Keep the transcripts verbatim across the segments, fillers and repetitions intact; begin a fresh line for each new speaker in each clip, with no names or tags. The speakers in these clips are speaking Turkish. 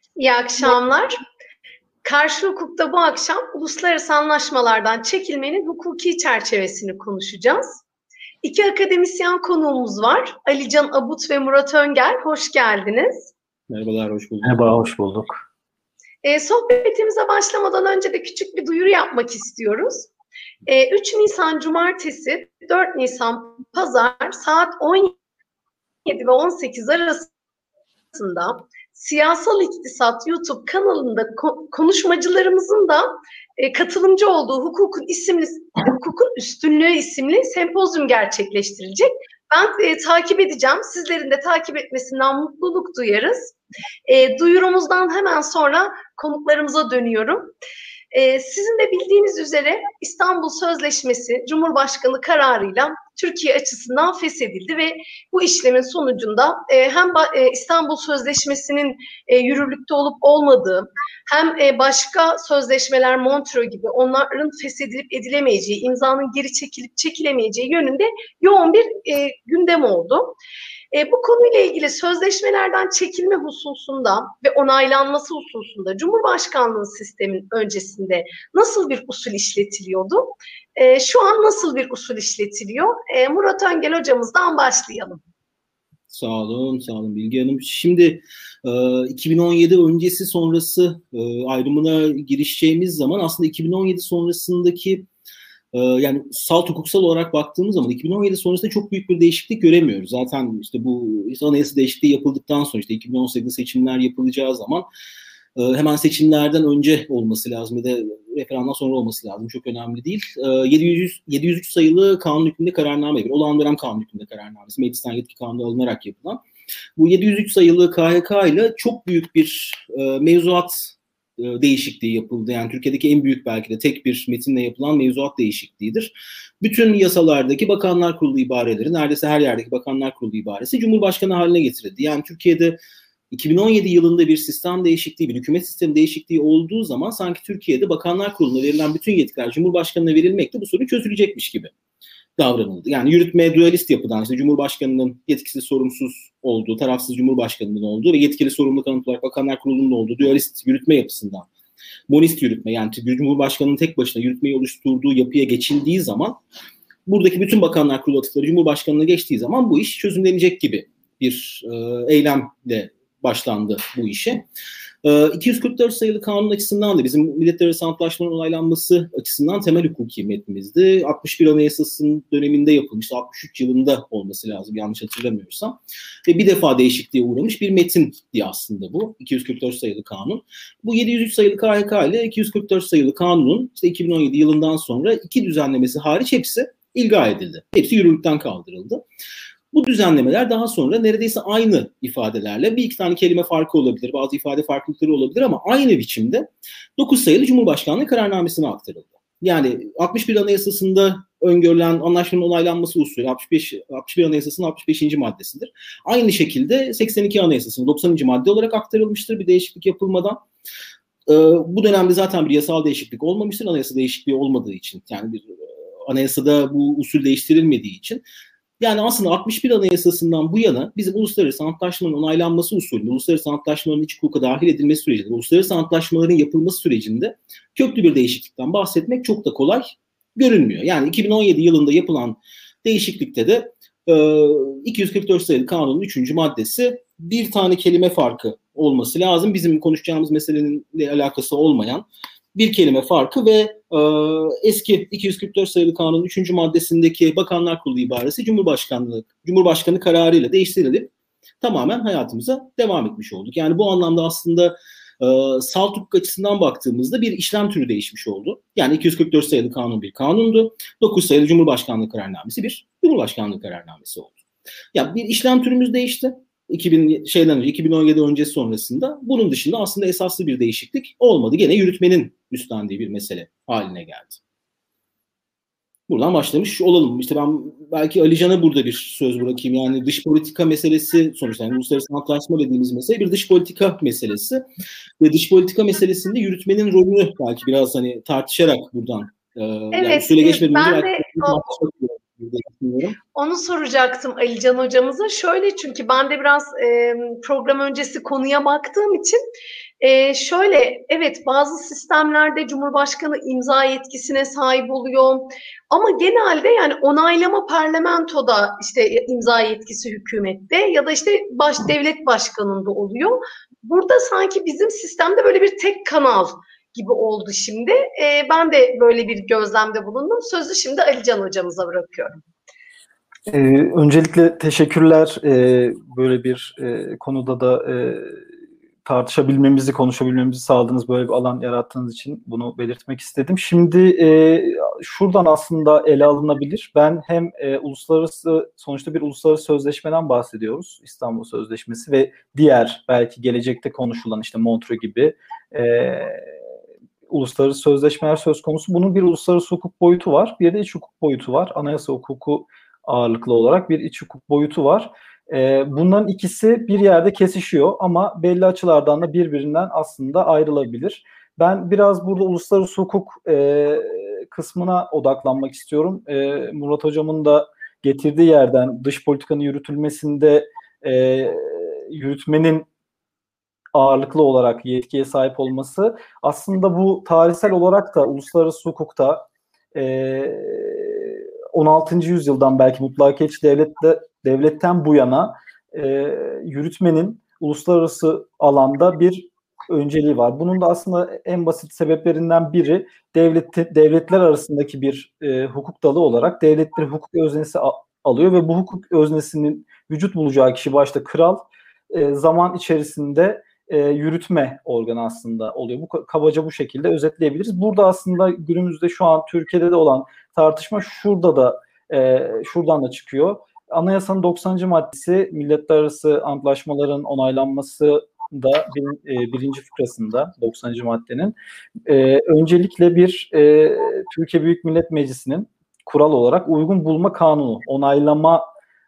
İyi akşamlar. Karşı hukukta bu akşam uluslararası anlaşmalardan çekilmenin hukuki çerçevesini konuşacağız. İki akademisyen konuğumuz var. Alican Abut ve Murat Önger. Hoş geldiniz.
Merhabalar, hoş bulduk.
Merhaba, hoş bulduk.
E, sohbetimize başlamadan önce de küçük bir duyuru yapmak istiyoruz. E, üç Nisan Cumartesi, dört Nisan Pazar saat on yedi ve on sekiz arasında Siyasal İktisat YouTube kanalında ko- konuşmacılarımızın da e, katılımcı olduğu Hukukun isimli Hukukun Üstünlüğü isimli sempozyum gerçekleştirilecek. Ben e, takip edeceğim. Sizlerin de takip etmesinden mutluluk duyarız. E, duyurumuzdan hemen sonra konuklarımıza dönüyorum. E, sizin de bildiğiniz üzere İstanbul Sözleşmesi Cumhurbaşkanı kararıyla Türkiye açısından feshedildi ve bu işlemin sonucunda e, hem e, İstanbul Sözleşmesi'nin e, yürürlükte olup olmadığı, hem e, başka sözleşmeler Montreux gibi onların feshedilip edilemeyeceği, imzanın geri çekilip çekilemeyeceği yönünde yoğun bir e, gündem oldu. E, bu konuyla ilgili sözleşmelerden çekilme hususunda ve onaylanması hususunda Cumhurbaşkanlığı sistemin öncesinde nasıl bir usul işletiliyordu? E, şu an nasıl bir usul işletiliyor? E, Murat Öngel hocamızdan başlayalım.
Sağ olun, sağ olun Bilge Hanım. Şimdi e, iki bin on yedi öncesi sonrası e, ayrımına girişeceğimiz zaman aslında iki bin on yedi sonrasındaki e, yani salt hukuksal olarak baktığımız zaman iki bin on yedi sonrasında çok büyük bir değişiklik göremiyoruz. Zaten işte bu anayasa değişikliği yapıldıktan sonra işte iki bin on sekiz seçimler yapılacağı zaman e, hemen seçimlerden önce olması lazım ya da referandumdan sonra olması lazım. Çok önemli değil. E, yedi yüz, yedi yüz üç sayılı kanun hükmünde kararname bir. Olağan dönem kanun hükmünde kararnamesi. Meclisten yetki kanunu alınarak yapılan. Bu yedi yüz üç sayılı K H K ile çok büyük bir e, mevzuat e, değişikliği yapıldı. Yani Türkiye'deki en büyük belki de tek bir metinle yapılan mevzuat değişikliğidir. Bütün yasalardaki Bakanlar Kurulu ibareleri, neredeyse her yerdeki Bakanlar Kurulu ibaresi Cumhurbaşkanı haline getirildi. Yani Türkiye'de iki bin on yedi yılında bir sistem değişikliği, bir hükümet sistemi değişikliği olduğu zaman sanki Türkiye'de Bakanlar Kurulu'na verilen bütün yetkiler Cumhurbaşkanı'na verilmekle bu sorun çözülecekmiş gibi davranıldı. Yani yürütme dualist yapıdan işte Cumhurbaşkanı'nın yetkisi sorumsuz olduğu, tarafsız Cumhurbaşkanı'nın olduğu ve yetkili sorumlu kanıt olarak Bakanlar Kurulu'nun olduğu dualist yürütme yapısından monist yürütme, yani Cumhurbaşkanı'nın tek başına yürütmeyi oluşturduğu yapıya geçildiği zaman buradaki bütün Bakanlar Kurulu atıkları Cumhurbaşkanı'na geçtiği zaman bu iş çözümlenecek gibi bir e, eylemle başlandı bu işe. iki yüz kırk dört sayılı kanun açısından da bizim milletler arası antlaşmanın onaylanması açısından temel hukuki metnimizdi. altmış bir Anayasası'nın döneminde yapılmıştı. altmış üç yılında olması lazım yanlış hatırlamıyorsam. Ve bir defa değişikliğe uğramış bir metindi aslında bu. iki yüz kırk dört sayılı kanun. Bu yedi yüz üç sayılı K H K ile iki yüz kırk dört sayılı kanunun işte iki bin on yedi yılından sonra iki düzenlemesi hariç hepsi ilga edildi. Hepsi yürürlükten kaldırıldı. Bu düzenlemeler daha sonra neredeyse aynı ifadelerle bir iki tane kelime farkı olabilir, bazı ifade farklılıkları olabilir ama aynı biçimde dokuz sayılı Cumhurbaşkanlığı kararnamesine aktarıldı. Yani altmış bir Anayasası'nda öngörülen anlaşmanın onaylanması usulü altmış beş, altmış bir Anayasası'nın altmış beşinci maddesidir. Aynı şekilde seksen iki Anayasası'nın doksanıncı madde olarak aktarılmıştır bir değişiklik yapılmadan. Ee, bu dönemde zaten bir yasal değişiklik olmamıştır, anayasa değişikliği olmadığı için. Yani bir anayasada bu usul değiştirilmediği için. Yani aslında altmış bir Anayasası'ndan bu yana bizim uluslararası antlaşmanın onaylanması usulünde, uluslararası antlaşmaların iç hukuka dahil edilmesi sürecinde, uluslararası antlaşmaların yapılması sürecinde köklü bir değişiklikten bahsetmek çok da kolay görünmüyor. Yani iki bin on yedi yılında yapılan değişiklikte de iki yüz kırk dört sayılı kanunun üçüncü maddesi bir tane kelime farkı olması lazım. Bizim konuşacağımız meseleninle alakası olmayan bir kelime farkı ve e, eski iki yüz kırk dört sayılı kanunun üçüncü maddesindeki Bakanlar Kurulu ibaresi Cumhurbaşkanlığı, Cumhurbaşkanı kararıyla değiştirilip tamamen hayatımıza devam etmiş olduk. Yani bu anlamda aslında e, salt hukuk açısından baktığımızda bir işlem türü değişmiş oldu. Yani iki yüz kırk dört sayılı kanun bir kanundu. dokuz sayılı Cumhurbaşkanlığı kararnamesi bir Cumhurbaşkanlığı kararnamesi oldu. Yani bir işlem türümüz değişti. iki bin şeyden önce iki bin on yedi öncesi sonrasında bunun dışında aslında esaslı bir değişiklik olmadı. Gene yürütmenin üstlendiği bir mesele haline geldi. Buradan başlamış olalım. İşte ben belki Alican'a burada bir söz bırakayım. Yani dış politika meselesi sonuçta yani uluslararası antlaşma dediğimiz mesele bir dış politika meselesi. Ve dış politika meselesinde yürütmenin rolünü belki biraz hani tartışarak buradan e,
evet,
yani usule geçmeden önce
ben
belki
de o... Onu soracaktım Alican hocamıza. Şöyle çünkü ben de biraz e, program öncesi konuya baktığım için Ee, şöyle, evet bazı sistemlerde Cumhurbaşkanı imza yetkisine sahip oluyor. Ama genelde yani onaylama parlamentoda işte imza yetkisi hükümette ya da işte baş devlet başkanında oluyor. Burada sanki bizim sistemde böyle bir tek kanal gibi oldu şimdi. Ee, ben de böyle bir gözlemde bulundum. Sözü şimdi Ali Can hocamıza bırakıyorum.
Ee, öncelikle teşekkürler. Ee, böyle bir e, konuda da e, tartışabilmemizi, konuşabilmemizi sağladığınız, böyle bir alan yarattığınız için bunu belirtmek istedim. Şimdi e, şuradan aslında ele alınabilir. Ben hem e, uluslararası, sonuçta bir uluslararası sözleşmeden bahsediyoruz. İstanbul Sözleşmesi ve diğer belki gelecekte konuşulan işte Montreux gibi e, uluslararası sözleşmeler söz konusu. Bunun bir uluslararası hukuk boyutu var, bir de iç hukuk boyutu var. Anayasa hukuku ağırlıklı olarak bir iç hukuk boyutu var. Ee, bunların ikisi bir yerde kesişiyor ama belli açılardan da birbirinden aslında ayrılabilir. Ben biraz burada uluslararası hukuk e, kısmına odaklanmak istiyorum. E, Murat Hocam'ın da getirdiği yerden dış politikanın yürütülmesinde e, yürütmenin ağırlıklı olarak yetkiye sahip olması aslında bu tarihsel olarak da uluslararası hukukta e, on altıncı yüzyıldan belki mutlakiyetçi devlette, devletten bu yana e, yürütmenin uluslararası alanda bir önceliği var. Bunun da aslında en basit sebeplerinden biri devlet, devletler arasındaki bir e, hukuk dalı olarak devletler hukuk öznesi alıyor ve bu hukuk öznesinin vücut bulacağı kişi başta kral e, zaman içerisinde e, yürütme organı aslında oluyor. Bu kabaca bu şekilde özetleyebiliriz. Burada aslında günümüzde şu an Türkiye'de de olan tartışma şurada da e, şuradan da çıkıyor. Anayasanın doksanıncı maddesi milletler arası antlaşmaların onaylanması da bir, e, birinci fıkrasında doksanıncı maddenin e, öncelikle bir e, Türkiye Büyük Millet Meclisi'nin kural olarak uygun bulma kanunu, onaylama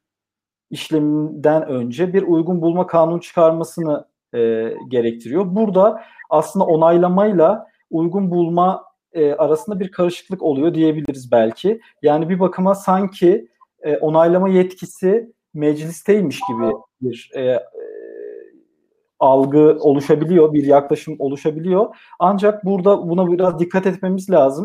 işleminden önce bir uygun bulma kanunu çıkarmasını e, gerektiriyor. Burada aslında onaylamayla uygun bulma e, arasında bir karışıklık oluyor diyebiliriz belki. Yani bir bakıma sanki e, onaylama yetkisi meclisteymiş gibi bir e, e, algı oluşabiliyor, bir yaklaşım oluşabiliyor. Ancak burada buna biraz dikkat etmemiz lazım.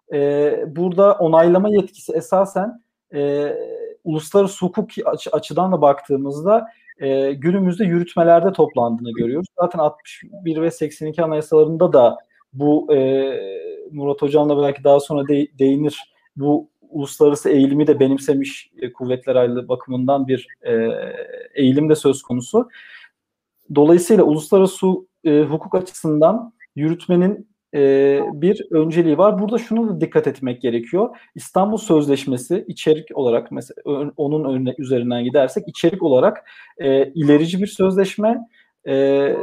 E, burada onaylama yetkisi esasen e, uluslararası hukuki açı, açıdan da baktığımızda e, günümüzde yürütmelerde toplandığını görüyoruz. Zaten altmış bir ve seksen iki anayasalarında da bu e, Murat Hocam'la belki daha sonra de, değinir. Bu uluslararası eğilimi de benimsemiş e, kuvvetler ayrılığı bakımından bir e, eğilim de söz konusu. Dolayısıyla uluslararası e, hukuk açısından yürütmenin e, bir önceliği var. Burada şunu da dikkat etmek gerekiyor. İstanbul Sözleşmesi içerik olarak mesela onun önüne, üzerinden gidersek içerik olarak e, ilerici bir sözleşme e,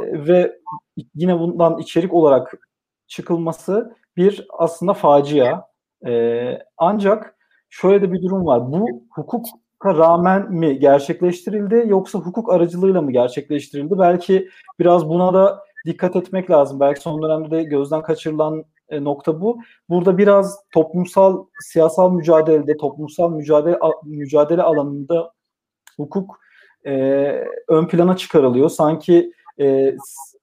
ve yine bundan içerik olarak çıkılması bir aslında facia. E, ancak şöyle de bir durum var. Bu hukuk rağmen mi gerçekleştirildi yoksa hukuk aracılığıyla mı gerçekleştirildi? Belki biraz buna da dikkat etmek lazım. Belki son dönemde de gözden kaçırılan e, nokta bu. Burada biraz toplumsal, siyasal mücadelede, toplumsal mücadele mücadele alanında hukuk e, ön plana çıkarılıyor. Sanki e,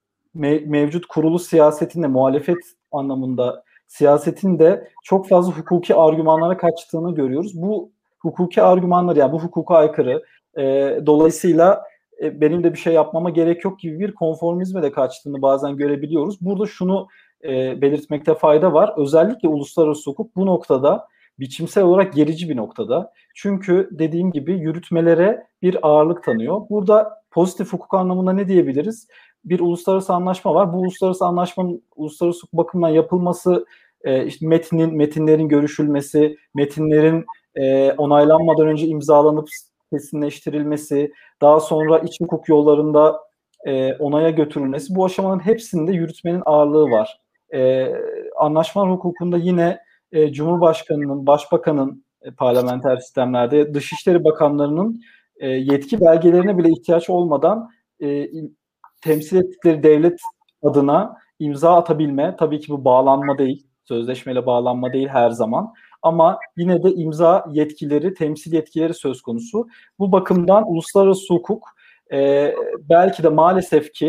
me, mevcut kurulu siyasetin de muhalefet anlamında siyasetin de çok fazla hukuki argümanlara kaçtığını görüyoruz. Bu hukuki argümanlar yani bu hukuka aykırı. E, dolayısıyla e, benim de bir şey yapmama gerek yok gibi bir konformizme de kaçtığını bazen görebiliyoruz. Burada şunu e, belirtmekte fayda var. Özellikle uluslararası hukuk bu noktada biçimsel olarak gerici bir noktada. Çünkü dediğim gibi yürütmelere bir ağırlık tanıyor. Burada pozitif hukuk anlamında ne diyebiliriz? Bir uluslararası anlaşma var. Bu uluslararası anlaşmanın uluslararası hukuk bakımından yapılması, e, işte metnin, metinlerin görüşülmesi, metinlerin e, onaylanmadan önce imzalanıp kesinleştirilmesi, daha sonra iç hukuk yollarında e, onaya götürülmesi, bu aşamanın hepsinde yürütmenin ağırlığı var. E, anlaşmalar hukukunda yine e, Cumhurbaşkanının, Başbakanın e, parlamenter sistemlerde, Dışişleri Bakanlarının e, yetki belgelerine bile ihtiyaç olmadan e, temsil ettikleri devlet adına imza atabilme, tabii ki bu bağlanma değil, sözleşmeyle bağlanma değil her zaman. Ama yine de imza yetkileri, temsil yetkileri söz konusu. Bu bakımdan uluslararası hukuk e, belki de maalesef ki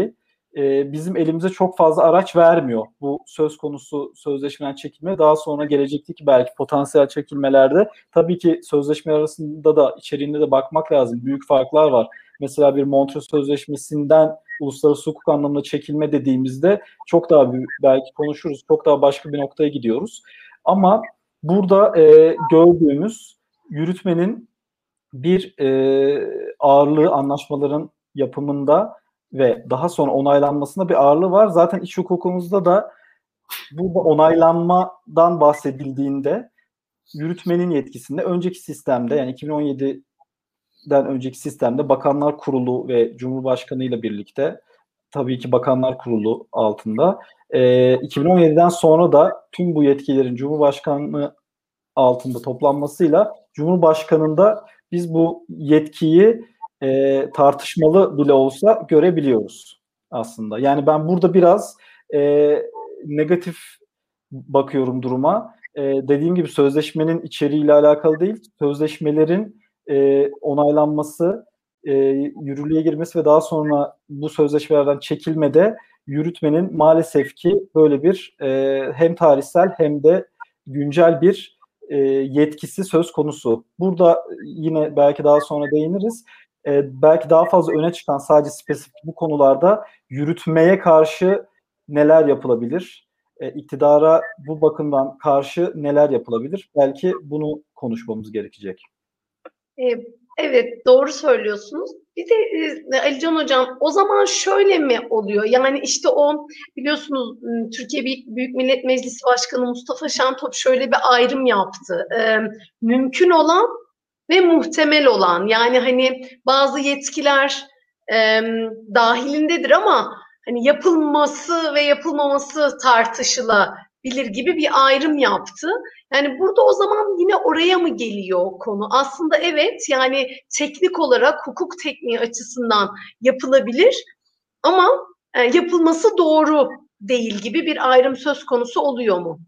e, bizim elimize çok fazla araç vermiyor bu söz konusu sözleşmeden çekilme. Daha sonra gelecekteki belki potansiyel çekilmelerde tabii ki sözleşme arasında da içeriğinde de bakmak lazım. Büyük farklar var. Mesela bir Montreux Sözleşmesi'nden uluslararası hukuk anlamında çekilme dediğimizde çok daha büyük, belki konuşuruz, çok daha başka bir noktaya gidiyoruz. Ama burada e, gördüğümüz yürütmenin bir e, ağırlığı anlaşmaların yapımında ve daha sonra onaylanmasında bir ağırlığı var. Zaten iç hukukumuzda da burada onaylanmadan bahsedildiğinde yürütmenin yetkisinde önceki sistemde, yani iki bin on yediden önceki sistemde Bakanlar Kurulu ve Cumhurbaşkanı ile birlikte, tabii ki Bakanlar Kurulu altında, e, iki bin on yediden sonra da tüm bu yetkilerin Cumhurbaşkanı altında toplanmasıyla Cumhurbaşkanı'nda biz bu yetkiyi e, tartışmalı bile olsa görebiliyoruz aslında. Yani ben burada biraz e, negatif bakıyorum duruma. E, dediğim gibi sözleşmenin içeriğiyle alakalı değil, sözleşmelerin e, onaylanması, e, yürürlüğe girmesi ve daha sonra bu sözleşmelerden çekilmede yürütmenin maalesef ki böyle bir e, hem tarihsel hem de güncel bir e, yetkisi söz konusu. Burada yine belki daha sonra değiniriz. E, belki daha fazla öne çıkan sadece spesifik bu konularda yürütmeye karşı neler yapılabilir? E, iktidara bu bakımdan karşı neler yapılabilir? Belki bunu konuşmamız gerekecek.
Evet, doğru söylüyorsunuz. Bir de Alican Hocam, o zaman şöyle mi oluyor? Yani işte o, biliyorsunuz Türkiye Büyük Millet Meclisi Başkanı Mustafa Şentop şöyle bir ayrım yaptı. Ee, mümkün olan ve muhtemel olan. Yani hani bazı yetkiler e, dahilindedir ama hani yapılması ve yapılmaması tartışılabilir gibi bir ayrım yaptı. Yani burada o zaman yine oraya mı geliyor konu? Aslında evet, yani teknik olarak hukuk tekniği açısından yapılabilir ama e, yapılması doğru değil gibi bir ayrım söz konusu oluyor mu?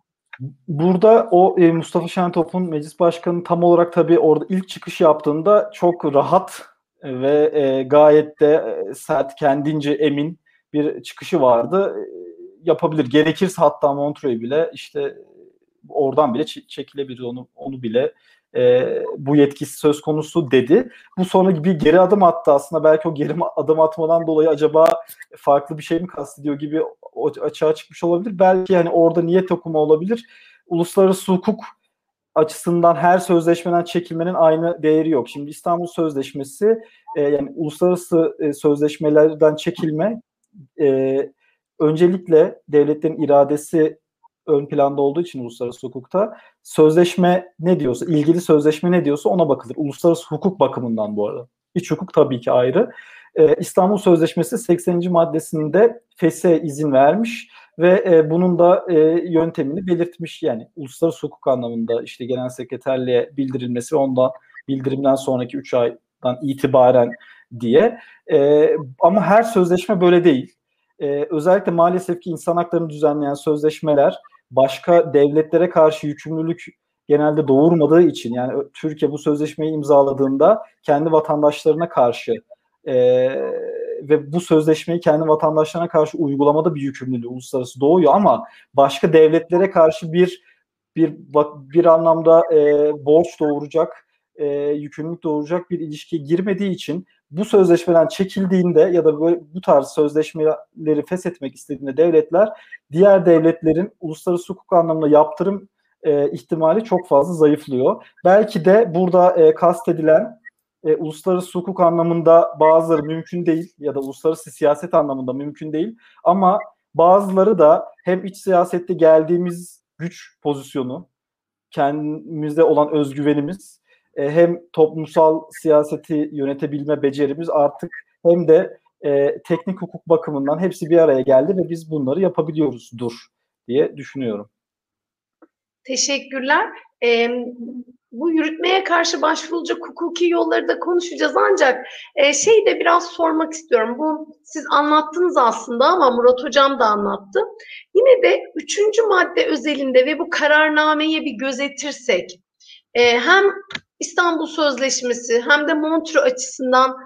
Burada o e, Mustafa Şentop'un meclis başkanı tam olarak tabii orada ilk çıkış yaptığında çok rahat ve e, gayet de e, sert, kendince emin bir çıkışı vardı. E, yapabilir. Gerekirse hatta Montreux'u bile işte oradan bile çekilebilir, onu onu bile e, bu yetkisi söz konusu dedi. Bu sonra bir geri adım attı aslında. Belki o geri adım atmadan dolayı acaba farklı bir şey mi kastediyor gibi açığa çıkmış olabilir. Belki yani orada niyet okuma olabilir. Uluslararası hukuk açısından her sözleşmeden çekilmenin aynı değeri yok. Şimdi İstanbul Sözleşmesi e, yani uluslararası e, sözleşmelerden çekilme e, öncelikle devletlerin iradesi ön planda olduğu için uluslararası hukukta sözleşme ne diyorsa, ilgili sözleşme ne diyorsa ona bakılır. Uluslararası hukuk bakımından bu arada. İç hukuk tabii ki ayrı. Ee, İstanbul Sözleşmesi sekseninci maddesinde feshe izin vermiş ve e, bunun da e, yöntemini belirtmiş. Yani uluslararası hukuk anlamında işte genel sekreterliğe bildirilmesi ve ondan bildirimden sonraki üç aydan itibaren diye. E, ama her sözleşme böyle değil. Ee, özellikle maalesef ki insan haklarını düzenleyen sözleşmeler başka devletlere karşı yükümlülük genelde doğurmadığı için, yani Türkiye bu sözleşmeyi imzaladığında kendi vatandaşlarına karşı e, ve bu sözleşmeyi kendi vatandaşlarına karşı uygulamada bir yükümlülüğü uluslararası doğuyor ama başka devletlere karşı bir bir bir anlamda e, borç doğuracak, e, yükümlülük doğuracak bir ilişkiye girmediği için bu sözleşmeden çekildiğinde ya da böyle bu tarz sözleşmeleri feshetmek istediğinde devletler diğer devletlerin uluslararası hukuk anlamında yaptırım e, ihtimali çok fazla zayıflıyor. Belki de burada e, kastedilen e, uluslararası hukuk anlamında bazıları mümkün değil ya da uluslararası siyaset anlamında mümkün değil ama bazıları da hem iç siyasette geldiğimiz güç pozisyonu, kendimizde olan özgüvenimiz, hem toplumsal siyaseti yönetebilme becerimiz artık hem de e, teknik hukuk bakımından hepsi bir araya geldi ve biz bunları yapabiliyoruzdur diye düşünüyorum.
Teşekkürler. Ee, bu yürütmeye karşı başvurulacak hukuki yolları da konuşacağız ancak e, şey de biraz sormak istiyorum. Bu siz anlattınız aslında ama Murat Hocam da anlattı. Yine de üçüncü madde özelinde ve bu kararnameye bir gözetirsek e, hem İstanbul Sözleşmesi hem de Montreux açısından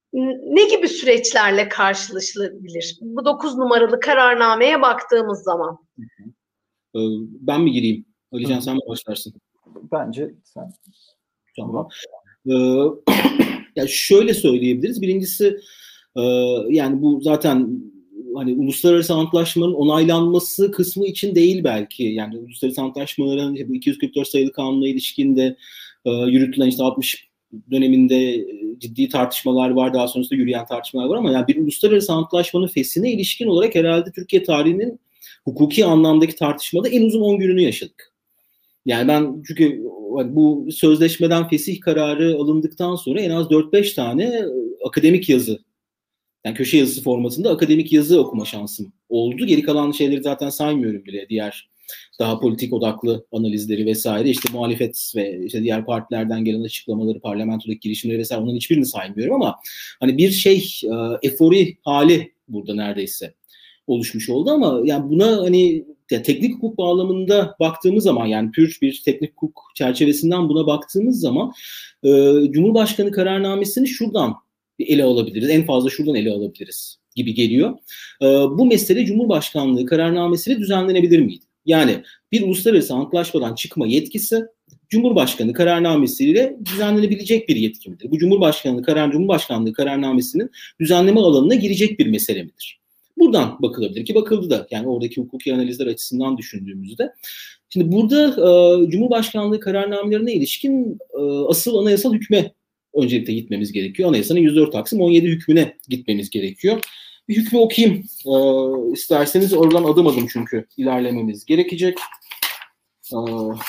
ne gibi süreçlerle karşılaşılabilir? Bu dokuz numaralı kararnameye baktığımız zaman.
Ben mi gireyim? Alican sen mi başlarsın?
Bence sen.
Tamam. Ee, yani şöyle söyleyebiliriz. Birincisi e, yani bu zaten hani uluslararası antlaşmanın onaylanması kısmı için değil belki. Yani uluslararası antlaşmaların bu iki yüz kırk dört sayılı kanuna ilişkin de e, yürütülen işte altmış döneminde ciddi tartışmalar var. Daha sonrasında yürüyen tartışmalar var ama yani bir uluslararası antlaşmanın feshine ilişkin olarak herhalde Türkiye tarihinin hukuki anlamdaki tartışmada en uzun on gününü yaşadık. Yani ben çünkü bu sözleşmeden fesih kararı alındıktan sonra en az dört beş tane akademik yazı, yani köşe yazısı formatında akademik yazı okuma şansım oldu. Geri kalan şeyleri zaten saymıyorum bile. Diğer daha politik odaklı analizleri vesaire, işte muhalefet ve işte diğer partilerden gelen açıklamaları, parlamentodaki girişimleri vesaire, onların hiçbirini saymıyorum ama hani bir şey efori hali burada neredeyse oluşmuş oldu ama yani buna hani ya teknik hukuk bağlamında baktığımız zaman, yani pür bir teknik hukuk çerçevesinden buna baktığımız zaman e, Cumhurbaşkanı kararnamesini şuradan ele alabiliriz. En fazla şuradan ele alabiliriz gibi geliyor. E, bu mesele Cumhurbaşkanlığı kararnamesiyle düzenlenebilir miydi? Yani bir uluslararası antlaşmadan çıkma yetkisi Cumhurbaşkanı kararnamesiyle düzenlenebilecek bir yetki midir? Bu Cumhurbaşkanlığı karar Cumhurbaşkanlığı kararnamesinin düzenleme alanına girecek bir mesele midir? Buradan bakılabilir ki bakıldı da, yani oradaki hukuki analizler açısından düşündüğümüzde. Şimdi burada e, Cumhurbaşkanlığı kararnamelerine ilişkin e, asıl anayasal hükme öncelikle gitmemiz gerekiyor. Anayasanın yüz dört Taksim on yedi hükmüne gitmemiz gerekiyor. Bir hükmü okuyayım e, isterseniz, oradan adım adım çünkü ilerlememiz gerekecek. E,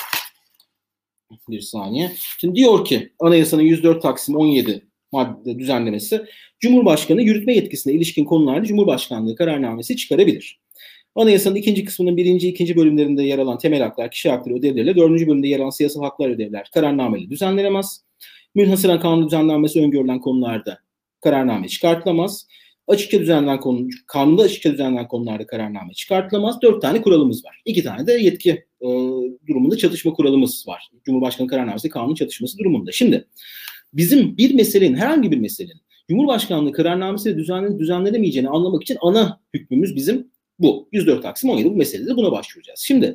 bir saniye. Şimdi diyor ki anayasanın yüz dört Taksim on yedi madde düzenlemesi, Cumhurbaşkanı yürütme yetkisine ilişkin konularda Cumhurbaşkanlığı kararnamesi çıkarabilir. Anayasanın ikinci kısmının birinci, ikinci bölümlerinde yer alan temel haklar, kişi hakları ödevleriyle dördüncü bölümde yer alan siyasal haklar ödevler kararnameyle düzenlenemez. Münhasıran kanun düzenlenmesi öngörülen konularda kararname çıkartılamaz. Açıkça düzenlenen konu, kanunda açıkça düzenlenen konularda kararname çıkartılamaz. Dört tane kuralımız var. İki tane de yetki e, durumunda çatışma kuralımız var. Cumhurbaşkanı kararnamesi kanun çatışması durumunda. Şimdi bizim bir meselenin, herhangi bir meselenin Cumhurbaşkanlığı kararnamesiyle düzenlen, düzenlenemeyeceğini anlamak için ana hükmümüz bizim bu. yüz dört Taksim on yedi bu meselede buna başvuracağız. Şimdi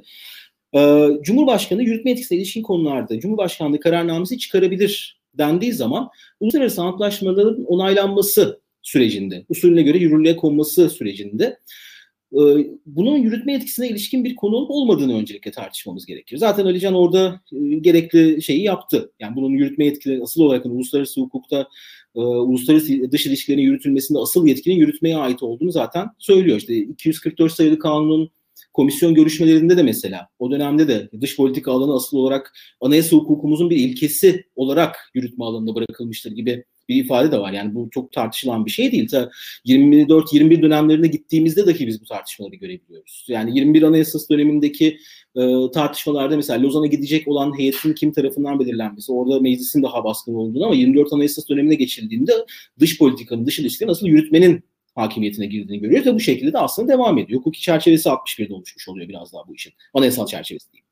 e, Cumhurbaşkanı yürütme yetkisine ilişkin konularda Cumhurbaşkanlığı kararnamesi çıkarabilir dendiği zaman uluslararası antlaşmaların onaylanması sürecinde, usulüne göre yürürlüğe konması sürecinde e, bunun yürütme yetkisine ilişkin bir konu olup olmadığını öncelikle tartışmamız gerekir. Zaten Alican orada e, gerekli şeyi yaptı. Yani bunun yürütme yetkileri asıl olarak yani, uluslararası hukukta e, uluslararası dış ilişkilerin yürütülmesinde asıl yetkinin yürütmeye ait olduğunu zaten söylüyor. İşte iki yüz kırk dört sayılı kanunun komisyon görüşmelerinde de mesela o dönemde de dış politika alanı asıl olarak anayasa hukukumuzun bir ilkesi olarak yürütme alanına bırakılmıştır gibi bir ifade de var. Yani bu çok tartışılan bir şey değil. Ta yirmi dört yirmi bir dönemlerine gittiğimizde dahi biz bu tartışmaları görebiliyoruz. Yani yirmi bir Anayasası dönemindeki e, tartışmalarda mesela Lozan'a gidecek olan heyetin kim tarafından belirlenmesi, orada meclisin daha baskın olduğunu, ama yirmi dört Anayasası dönemine geçildiğinde dış politikanın, dış ilişkilerin asıl yürütmenin hakimiyetine girdiğini görüyoruz ve bu şekilde de aslında devam ediyor. Hukuki çerçevesi altmış birde oluşmuş oluyor biraz daha bu işin. Anayasal çerçevesi değil.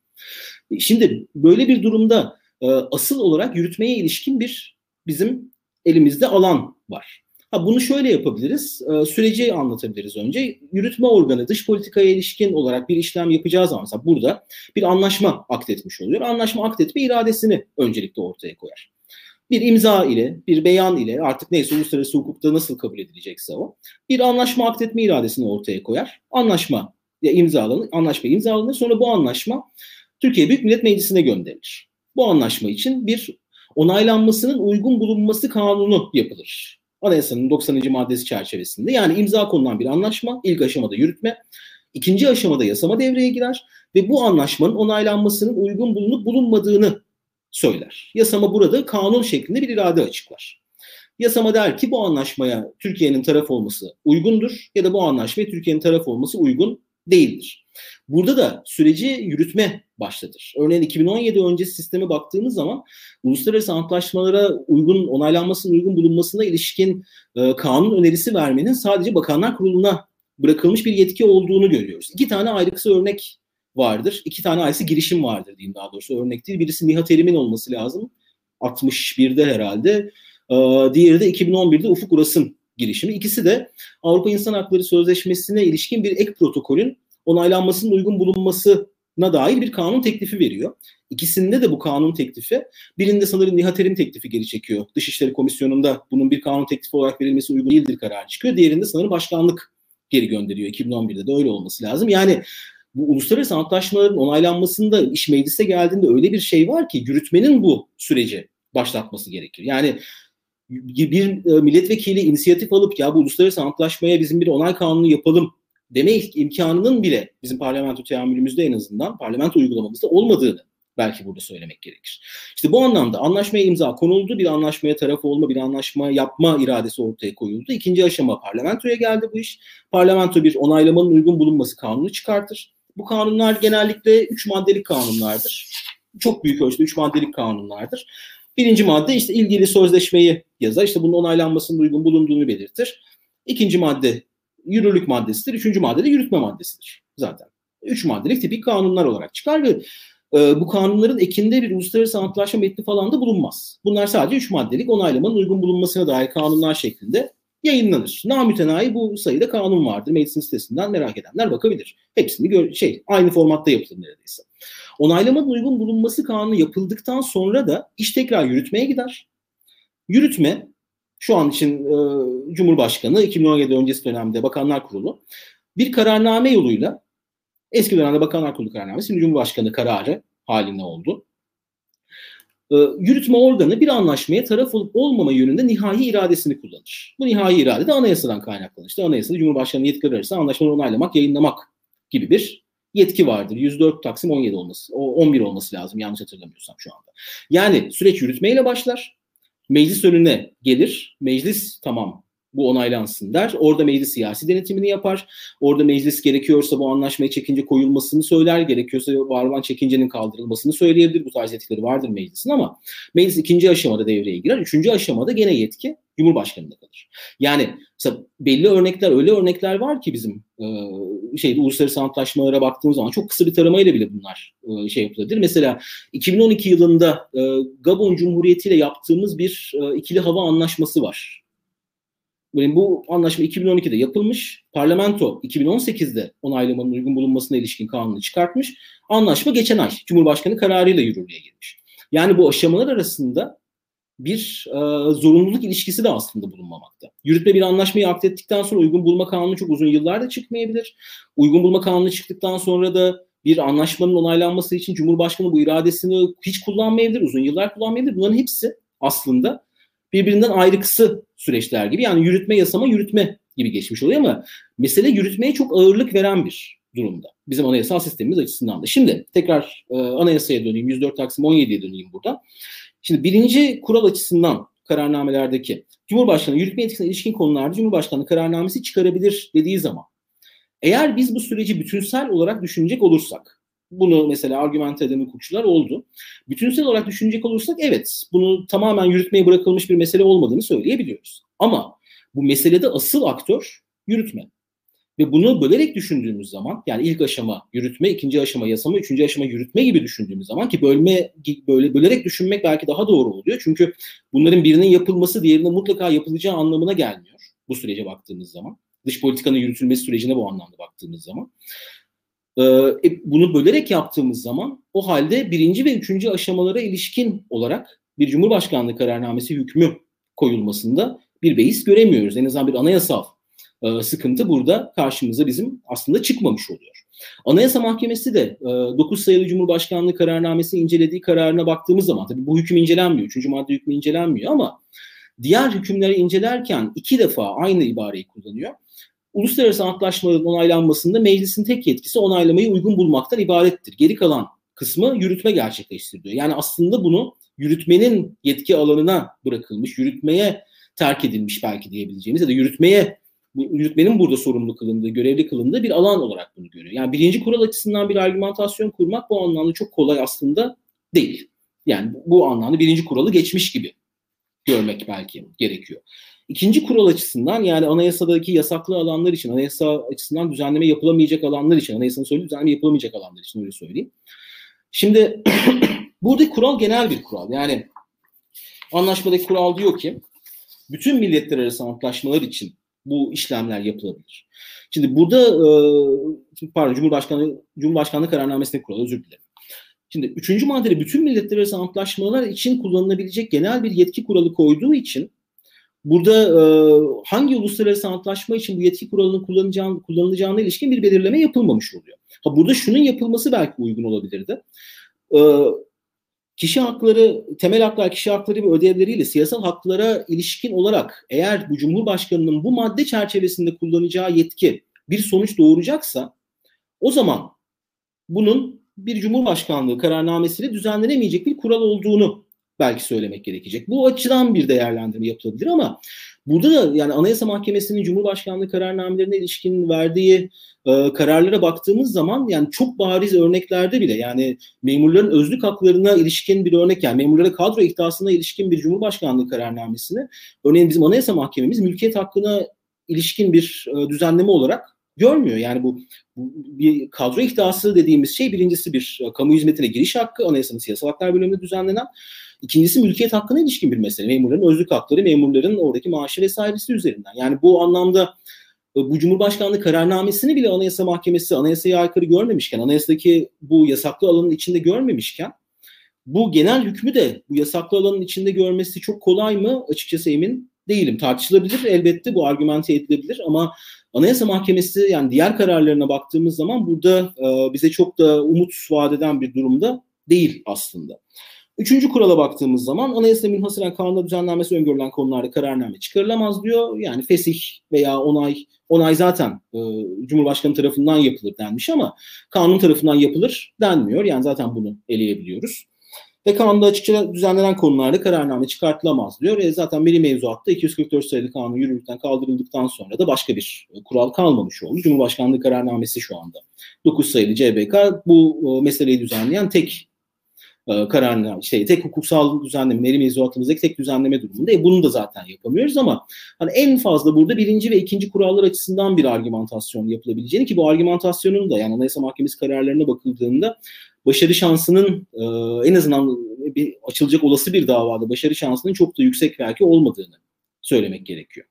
Şimdi böyle bir durumda e, asıl olarak yürütmeye ilişkin bir bizim elimizde alan var. Ha, bunu şöyle yapabiliriz. E, süreci anlatabiliriz önce. Yürütme organı dış politikaya ilişkin olarak bir işlem yapacağı zaman mesela burada bir anlaşma akdetmiş oluyor. Anlaşma akdetme iradesini öncelikle ortaya koyar. Bir imza ile, bir beyan ile, artık neyse uluslararası hukukta nasıl kabul edilecekse o, bir anlaşma akdetme iradesini ortaya koyar. Anlaşma ya imzalanır, anlaşma imzalanır. Sonra bu anlaşma Türkiye Büyük Millet Meclisi'ne gönderilir. Bu anlaşma için bir onaylanmasının uygun bulunması kanunu yapılır. Anayasanın doksanıncı maddesi çerçevesinde. Yani imza konulan bir anlaşma ilk aşamada yürütme, ikinci aşamada yasama devreye girer ve bu anlaşmanın onaylanmasının uygun bulunup bulunmadığını söyler. Yasama burada kanun şeklinde bir irade açıklar. Yasama der ki bu anlaşmaya Türkiye'nin taraf olması uygundur ya da bu anlaşmaya Türkiye'nin taraf olması uygun değildir. Burada da süreci yürütme başlatır. Örneğin iki bin on yedi öncesi sisteme baktığımız zaman uluslararası antlaşmalara uygun, onaylanmasının uygun bulunmasına ilişkin e, kanun önerisi vermenin sadece Bakanlar Kurulu'na bırakılmış bir yetki olduğunu görüyoruz. İki tane ayrı kısa örnek vardır. İki tane ayrısı girişim vardır diyeyim, daha doğrusu örnek değil. Birisi Nihat Erim'in olması lazım. altmış birde herhalde. diğeri de iki bin on birde Ufuk Uras'ın girişimi. İkisi de Avrupa İnsan Hakları Sözleşmesi'ne ilişkin bir ek protokolün onaylanmasının uygun bulunmasına dair bir kanun teklifi veriyor. İkisinde de bu kanun teklifi, birinde sanırım Nihat Erim teklifi geri çekiyor. Dışişleri Komisyonu'nda bunun bir kanun teklifi olarak verilmesi uygun değildir kararı çıkıyor. Diğerinde sanırım başkanlık geri gönderiyor. iki bin on birde de öyle olması lazım. Yani bu uluslararası antlaşmaların onaylanmasında iş meclise geldiğinde öyle bir şey var ki yürütmenin bu süreci başlatması gerekir. Yani bir milletvekili inisiyatif alıp ya bu uluslararası antlaşmaya bizim bir onay kanunu yapalım deme imkanının bile bizim parlamento teamülümüzde, en azından parlamento uygulamamızda olmadığını belki burada söylemek gerekir. İşte bu anlamda anlaşmaya imza konuldu, bir anlaşmaya taraf olma, bir anlaşma yapma iradesi ortaya koyuldu. İkinci aşama parlamentoya geldi bu iş. Parlamento bir onaylamanın uygun bulunması kanunu çıkartır. Bu kanunlar genellikle üç maddelik kanunlardır. Çok büyük ölçüde üç maddelik kanunlardır. Birinci madde işte ilgili sözleşmeyi yazar, işte bunun onaylanmasının uygun bulunduğunu belirtir. İkinci madde yürürlük maddesidir. Üçüncü madde de yürütme maddesidir zaten. Üç maddelik tipik kanunlar olarak çıkar ve e, bu kanunların ekinde bir uluslararası antlaşma metni falan da bulunmaz. Bunlar sadece üç maddelik onaylamanın uygun bulunmasına dair kanunlar şeklinde yayınlanır. Namütenayi bu sayıda kanun vardır. Meclisin sitesinden merak edenler bakabilir. Hepsini gör, şey aynı formatta yapılır neredeyse. Onaylamanın uygun bulunması kanunu yapıldıktan sonra da iş tekrar yürütmeye gider. Yürütme şu an için e, Cumhurbaşkanı, iki bin on yedi öncesi dönemde Bakanlar Kurulu bir kararname yoluyla, eski dönemde Bakanlar Kurulu kararnamesi, şimdi Cumhurbaşkanı kararı haline oldu. E, yürütme organı bir anlaşmaya taraf olup olmama yönünde nihai iradesini kullanır. Bu nihai irade de anayasadan kaynaklanır. İşte anayasada Cumhurbaşkanı'nın yetkileri arasında anlaşmaları onaylamak, yayınlamak gibi bir yetki vardır. yüz dört Taksim on yedi olması, on bir olması lazım yanlış hatırlamıyorsam şu anda. Yani süreç yürütmeyle başlar. Meclis önüne gelir. Meclis tamam bu onaylansın der. Orada meclis siyasi denetimini yapar. Orada meclis gerekiyorsa bu anlaşmaya çekince koyulmasını söyler. Gerekiyorsa var olan çekincenin kaldırılmasını söyleyebilir. Bu tarz yetkileri vardır meclisin ama meclis ikinci aşamada devreye girer. Üçüncü aşamada gene yetki Cumhurbaşkanı'nda kalır. Yani belli örnekler, öyle örnekler var ki bizim e, şey uluslararası antlaşmalara baktığımız zaman çok kısa bir taramayla bile bunlar e, şey yapılabilir. Mesela iki bin on iki yılında e, Gabon Cumhuriyeti ile yaptığımız bir e, ikili hava anlaşması var. Yani bu anlaşma iki bin on ikide yapılmış. Parlamento iki bin on sekizde onaylamanın uygun bulunmasına ilişkin kanunu çıkartmış. Anlaşma geçen ay Cumhurbaşkanı kararıyla yürürlüğe girmiş. Yani bu aşamalar arasında bir e, zorunluluk ilişkisi de aslında bulunmamakta. Yürütme bir anlaşmayı akdettikten sonra uygun bulma kanunu çok uzun yıllarda çıkmayabilir. Uygun bulma kanunu çıktıktan sonra da bir anlaşmanın onaylanması için Cumhurbaşkanı bu iradesini hiç kullanmayabilir, uzun yıllar kullanmayabilir. Bunların hepsi aslında birbirinden ayrıksı süreçler gibi. Yani yürütme, yasama, yürütme gibi geçmiş oluyor ama mesele yürütmeye çok ağırlık veren bir durumda. Bizim anayasal sistemimiz açısından da. Şimdi tekrar e, anayasaya döneyim. yüz dört Taksim on yediye döneyim burada. Şimdi birinci kural açısından kararnamelerdeki Cumhurbaşkanı yürütme yetkisine ilişkin konularda Cumhurbaşkanı kararnamesi çıkarabilir dediği zaman, eğer biz bu süreci bütünsel olarak düşünecek olursak, bunu mesela argümante eden hukukçular oldu. Bütünsel olarak düşünecek olursak evet, bunu tamamen yürütmeye bırakılmış bir mesele olmadığını söyleyebiliyoruz. Ama bu meselede asıl aktör yürütme. Ve bunu bölerek düşündüğümüz zaman, yani ilk aşama yürütme, ikinci aşama yasama, üçüncü aşama yürütme gibi düşündüğümüz zaman, ki bölme böyle bölerek düşünmek belki daha doğru oluyor. Çünkü bunların birinin yapılması diğerine mutlaka yapılacağı anlamına gelmiyor bu sürece baktığımız zaman. Dış politikanın yürütülmesi sürecine bu anlamda baktığımız zaman. Ee, bunu bölerek yaptığımız zaman o halde birinci ve üçüncü aşamalara ilişkin olarak bir Cumhurbaşkanlığı kararnamesi hükmü koyulmasında bir beis göremiyoruz. En azından bir anayasal e, sıkıntı burada karşımıza bizim aslında çıkmamış oluyor. Anayasa Mahkemesi de e, dokuz sayılı Cumhurbaşkanlığı kararnamesi incelediği kararına baktığımız zaman, tabii bu hüküm incelenmiyor, üçüncü madde hükmü incelenmiyor ama diğer hükümleri incelerken iki defa aynı ibareyi kullanıyor. Uluslararası antlaşmaların onaylanmasında meclisin tek yetkisi onaylamayı uygun bulmaktan ibarettir. Geri kalan kısmı yürütme gerçekleştiriyor. Yani aslında bunu yürütmenin yetki alanına bırakılmış, yürütmeye terk edilmiş belki diyebileceğimiz ya da yürütmeye, yürütmenin burada sorumlu kılındığı, görevli kılındığı bir alan olarak bunu görüyor. Yani birinci kural açısından bir argümantasyon kurmak bu anlamda çok kolay aslında değil. Yani bu anlamda birinci kuralı geçmiş gibi görmek belki gerekiyor. İkinci kural açısından, yani anayasadaki yasaklı alanlar için, anayasa açısından düzenleme yapılamayacak alanlar için, anayasanın söylediği düzenleme yapılamayacak alanlar için öyle söyleyeyim. Şimdi buradaki kural genel bir kural. Yani anlaşmadaki kural diyor ki bütün milletler arası antlaşmalar için bu işlemler yapılabilir. Şimdi burada e, pardon Cumhurbaşkanı Cumhurbaşkanlığı kararnamesine kuralı, özür dilerim. Şimdi üçüncü maddede bütün milletler arası antlaşmalar için kullanılabilecek genel bir yetki kuralı koyduğu için burada e, hangi uluslararası antlaşma için bu yetki kuralının kullanılacağına, kullanılacağına ilişkin bir belirleme yapılmamış oluyor. Ha, burada şunun yapılması belki uygun olabilirdi. E, kişi hakları, temel haklar, kişi hakları ve ödevleriyle siyasal haklara ilişkin olarak eğer bu Cumhurbaşkanı'nın bu madde çerçevesinde kullanacağı yetki bir sonuç doğuracaksa o zaman bunun bir Cumhurbaşkanlığı kararnamesiyle düzenlenemeyecek bir kural olduğunu belki söylemek gerekecek. Bu açıdan bir değerlendirme yapılabilir ama burada da yani Anayasa Mahkemesi'nin Cumhurbaşkanlığı kararnamelerine ilişkin verdiği e, kararlara baktığımız zaman yani çok bariz örneklerde bile yani memurların özlük haklarına ilişkin bir örnek, yani memurlara kadro ihtisasına ilişkin bir Cumhurbaşkanlığı kararnamesini örneğin bizim Anayasa Mahkememiz mülkiyet hakkına ilişkin bir e, düzenleme olarak görmüyor. Yani bu, bu bir kadro ihtiyası dediğimiz şey birincisi bir e, kamu hizmetine giriş hakkı, Anayasanın siyasal haklar bölümünde düzenlenen. İkincisi mülkiyet hakkına ilişkin bir mesele. Memurların özlük hakları, memurların oradaki maaşı vesairesi üzerinden. Yani bu anlamda bu Cumhurbaşkanlığı kararnamesini bile Anayasa Mahkemesi anayasaya aykırı görmemişken, anayasadaki bu yasaklı alanın içinde görmemişken bu genel hükmü de bu yasaklı alanın içinde görmesi çok kolay mı? Açıkçası emin değilim. Tartışılabilir elbette, bu argümante edilebilir ama Anayasa Mahkemesi yani diğer kararlarına baktığımız zaman burada e, bize çok da umut vaat eden bir durumda değil aslında. Üçüncü kurala baktığımız zaman anayasada münhasıran kanunda düzenlenmesi öngörülen konularda kararname çıkarılamaz diyor. Yani fesih veya onay, onay zaten e, Cumhurbaşkanı tarafından yapılır denmiş ama kanun tarafından yapılır denmiyor. Yani zaten bunu eleyebiliyoruz. Ve kanunda açıkça düzenlenen konularda kararname çıkartılamaz diyor. E zaten milli mevzuatta iki yüz kırk dört sayılı kanun yürürlükten kaldırıldıktan sonra da başka bir kural kalmamış oldu. Cumhurbaşkanlığı kararnamesi şu anda dokuz sayılı C B K bu e, meseleyi düzenleyen tek kararına, şey, tek hukuksal düzenleme, milli mevzuatımızdaki tek düzenleme durumunda. E bunu da zaten yapamıyoruz ama hani en fazla burada birinci ve ikinci kurallar açısından bir argümantasyon yapılabileceğini, ki bu argümantasyonun da yani Anayasa Mahkemesi kararlarına bakıldığında başarı şansının e, en azından bir açılacak olası bir davada başarı şansının çok da yüksek belki olmadığını söylemek gerekiyor.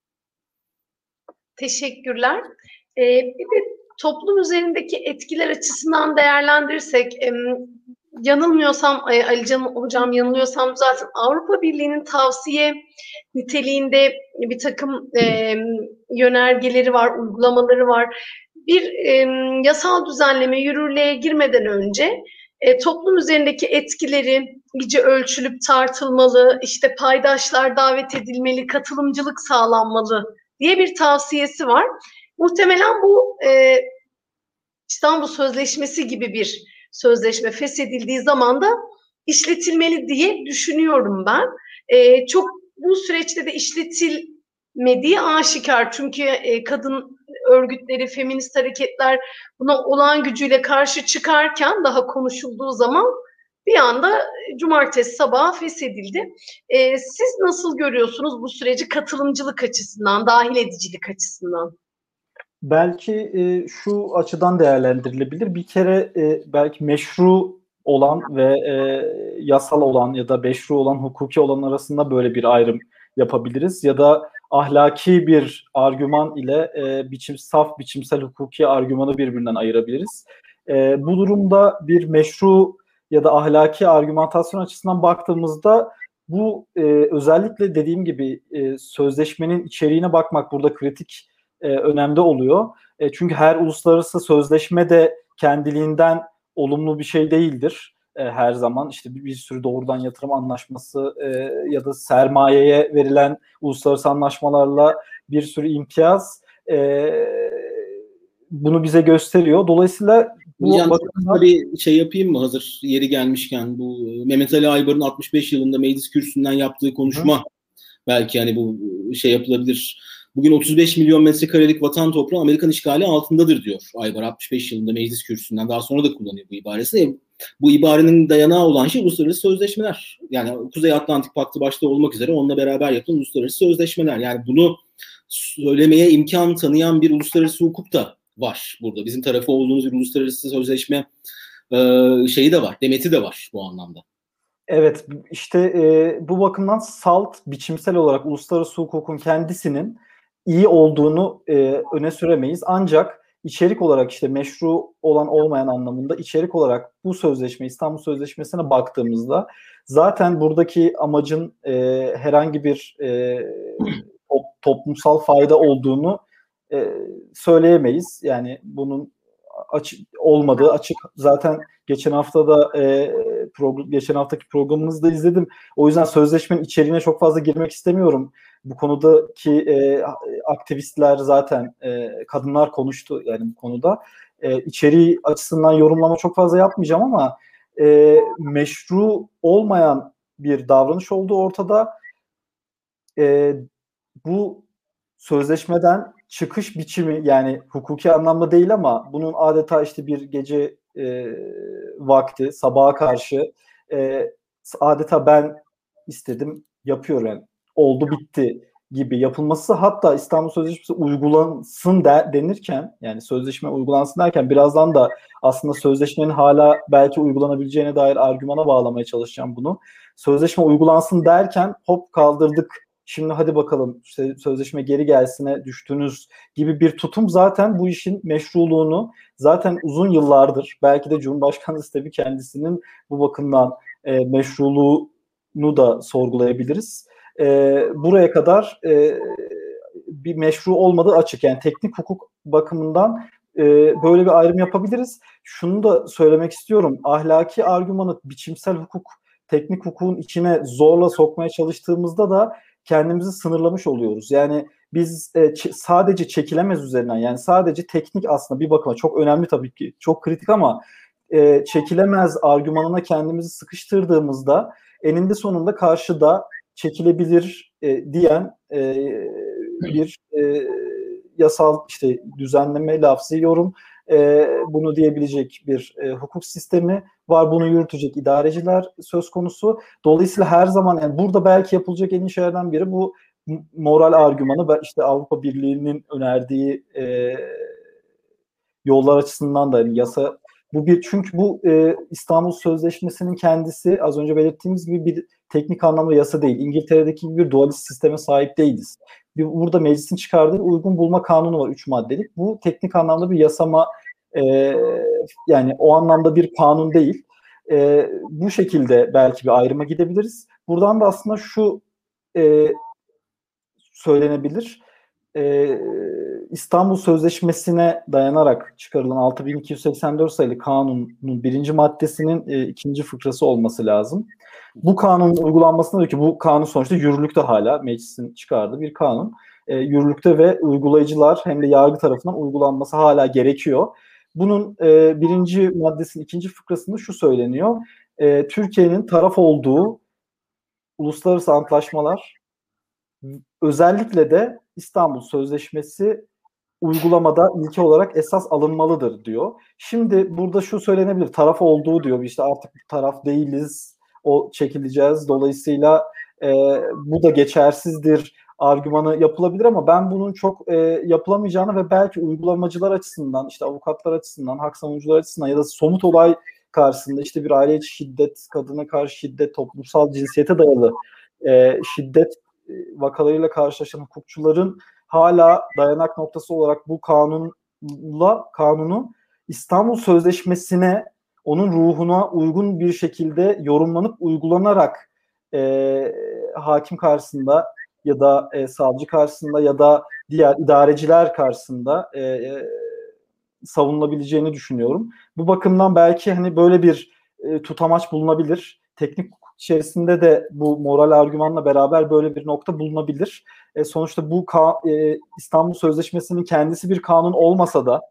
Teşekkürler. Ee, bir de toplum üzerindeki etkiler açısından değerlendirirsek, e, yanılmıyorsam Alican hocam, yanılıyorsam zaten Avrupa Birliği'nin tavsiye niteliğinde bir takım e, yönergeleri var, uygulamaları var. Bir e, yasal düzenleme yürürlüğe girmeden önce e, toplum üzerindeki etkileri iyice ölçülüp tartılmalı, işte paydaşlar davet edilmeli, katılımcılık sağlanmalı diye bir tavsiyesi var. Muhtemelen bu e, İstanbul Sözleşmesi gibi bir sözleşme feshedildiği zaman da işletilmeli diye düşünüyorum ben. Ee, çok bu süreçte de işletilmediği aşikar. Çünkü e, kadın örgütleri, feminist hareketler buna olağan gücüyle karşı çıkarken daha konuşulduğu zaman bir anda cumartesi sabahı feshedildi. Ee, siz nasıl görüyorsunuz bu süreci katılımcılık açısından, dahil edicilik açısından?
Belki e, şu açıdan değerlendirilebilir. Bir kere e, belki meşru olan ve e, yasal olan ya da meşru olan, hukuki olan arasında böyle bir ayrım yapabiliriz. Ya da ahlaki bir argüman ile e, biçim, saf biçimsel hukuki argümanı birbirinden ayırabiliriz. E, bu durumda bir meşru ya da ahlaki argümantasyon açısından baktığımızda bu e, özellikle dediğim gibi e, sözleşmenin içeriğine bakmak burada kritik E, önemli oluyor. E, çünkü her uluslararası sözleşme de kendiliğinden olumlu bir şey değildir. E, her zaman işte bir, bir sürü doğrudan yatırım anlaşması e, ya da sermayeye verilen uluslararası anlaşmalarla bir sürü imtiyaz e, bunu bize gösteriyor. Dolayısıyla bu
Hocam
bakımdan...
bir şey yapayım mı hazır yeri gelmişken, bu Mehmet Ali Aybar'ın altmış beş yılında meclis kürsüsünden yaptığı konuşma, hı, belki hani bu şey yapılabilir. Bugün otuz beş milyon metrekarelik vatan toprağı Amerikan işgali altındadır diyor Aybar altmış beş yılında meclis kürsüsünden. Daha sonra da kullanıyor bu ibaresini. Bu ibarenin dayanağı olan şey uluslararası sözleşmeler. Yani Kuzey Atlantik Paktı başta olmak üzere onunla beraber yapılan uluslararası sözleşmeler. Yani bunu söylemeye imkan tanıyan bir uluslararası hukuk da var burada. Bizim tarafı olduğumuz bir uluslararası sözleşme e, şeyi de var, demeti de var bu anlamda.
Evet, işte e, bu bakımdan salt biçimsel olarak uluslararası hukukun kendisinin iyi olduğunu e, öne süremeyiz. Ancak içerik olarak işte meşru olan olmayan anlamında içerik olarak bu sözleşme, İstanbul Sözleşmesi'ne baktığımızda zaten buradaki amacın e, herhangi bir e, top, toplumsal fayda olduğunu e, söyleyemeyiz. Yani bunun açık olmadığı açık. Zaten geçen hafta da e, program, geçen haftaki programımızda izledim. O yüzden sözleşmenin içeriğine çok fazla girmek istemiyorum. Bu konudaki e, aktivistler zaten e, kadınlar konuştu yani bu konuda. E, içeriği açısından yorumlama çok fazla yapmayacağım ama e, meşru olmayan bir davranış olduğu ortada. E, bu sözleşmeden çıkış biçimi yani hukuki anlamda değil ama bunun adeta işte bir gece e, vakti sabaha karşı e, adeta ben istedim yapıyorum yani oldu bitti gibi yapılması hatta İstanbul Sözleşmesi uygulansın de, denirken yani sözleşme uygulansın derken birazdan da aslında sözleşmenin hala belki uygulanabileceğine dair argümana bağlamaya çalışacağım bunu. Sözleşme uygulansın derken hop kaldırdık. Şimdi hadi bakalım işte sözleşme geri gelsine düştünüz gibi bir tutum zaten bu işin meşruluğunu zaten uzun yıllardır belki de Cumhurbaşkanlığı sistemi kendisinin bu bakımdan e, meşruluğunu da sorgulayabiliriz. E, buraya kadar e, bir meşru olmadığı açık. Yani teknik hukuk bakımından e, böyle bir ayrım yapabiliriz. Şunu da söylemek istiyorum. Ahlaki argümanı biçimsel hukuk, teknik hukukun içine zorla sokmaya çalıştığımızda da kendimizi sınırlamış oluyoruz. Yani biz e, ç- sadece çekilemez üzerinden yani sadece teknik aslında bir bakıma çok önemli tabii ki çok kritik ama e, çekilemez argümanına kendimizi sıkıştırdığımızda eninde sonunda karşıda çekilebilir e, diyen e, bir e, yasal işte düzenleme, lafzi yorum e, bunu diyebilecek bir e, hukuk sistemi var. Bunu yürütecek idareciler söz konusu. Dolayısıyla her zaman yani burada belki yapılacak en iyi şeylerden biri bu moral argümanı. İşte Avrupa Birliği'nin önerdiği e, yollar açısından da yani yasa bu bir çünkü bu e, İstanbul Sözleşmesi'nin kendisi az önce belirttiğimiz gibi bir teknik anlamda yasa değil. İngiltere'deki gibi bir dualist sisteme sahip değiliz. Bir, burada meclisin çıkardığı uygun bulma kanunu var üç maddelik. Bu teknik anlamda bir yasama e, yani o anlamda bir kanun değil. E, bu şekilde belki bir ayrıma gidebiliriz. Buradan da aslında şu e, söylenebilir. Ee, İstanbul Sözleşmesi'ne dayanarak çıkarılan altı bin iki yüz seksen dört sayılı kanunun birinci maddesinin e, ikinci fıkrası olması lazım. Bu kanunun uygulanmasında diyor ki bu kanun sonuçta yürürlükte hala meclisin çıkardığı bir kanun. E, yürürlükte ve uygulayıcılar hem de yargı tarafından uygulanması hala gerekiyor. Bunun e, birinci maddesinin ikinci fıkrasında şu söyleniyor. E, Türkiye'nin taraf olduğu uluslararası antlaşmalar özellikle de İstanbul Sözleşmesi uygulamada ilke olarak esas alınmalıdır diyor. Şimdi burada şu söylenebilir, taraf olduğu diyor, işte artık taraf değiliz, o çekileceğiz. Dolayısıyla e, bu da geçersizdir argümanı yapılabilir ama ben bunun çok e, yapılamayacağını ve belki uygulamacılar açısından, işte avukatlar açısından, hak savunucular açısından ya da somut olay karşısında işte bir aile içi şiddet, kadına karşı şiddet, toplumsal cinsiyete dayalı e, şiddet vakalarıyla karşılaşan hukukçuların hala dayanak noktası olarak bu kanunla kanunu İstanbul Sözleşmesi'ne onun ruhuna uygun bir şekilde yorumlanıp uygulanarak e, hakim karşısında ya da e, savcı karşısında ya da diğer idareciler karşısında e, e, savunulabileceğini düşünüyorum. Bu bakımdan belki hani böyle bir e, tutamaç bulunabilir. Teknik hukuk içerisinde de bu moral argümanla beraber böyle bir nokta bulunabilir. E, sonuçta bu ka- e, İstanbul Sözleşmesi'nin kendisi bir kanun olmasa da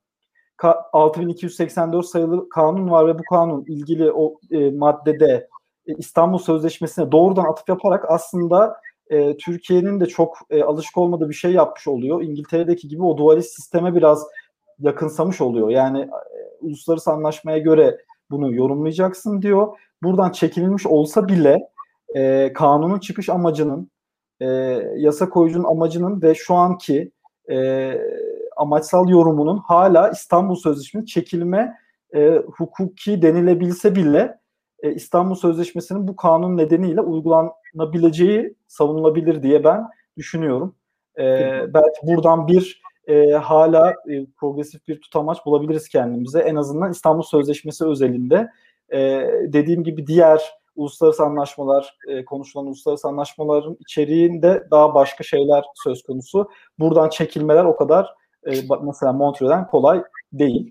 ka- altı bin iki yüz seksen dört sayılı kanun var ve bu kanun ilgili o e, maddede e, İstanbul Sözleşmesi'ne doğrudan atıf yaparak aslında e, Türkiye'nin de çok e, alışık olmadığı bir şey yapmış oluyor. İngiltere'deki gibi o dualist sisteme biraz yakınsamış oluyor. Yani e, uluslararası anlaşmaya göre bunu yorumlayacaksın diyor. Buradan çekilmiş olsa bile e, kanunun çıkış amacının, e, yasa koyucunun amacının ve şu anki e, amaçsal yorumunun hala İstanbul Sözleşmesi'nin çekilme e, hukuki denilebilse bile e, İstanbul Sözleşmesi'nin bu kanun nedeniyle uygulanabileceği savunulabilir diye ben düşünüyorum. E, belki buradan bir e, hala e, progresif bir tutamaç bulabiliriz kendimize. En azından İstanbul Sözleşmesi özelinde e, dediğim gibi diğer uluslararası anlaşmalar, e, konuşulan uluslararası anlaşmaların içeriğinde daha başka şeyler söz konusu. Buradan çekilmeler o kadar e, mesela Montreux'den kolay değil.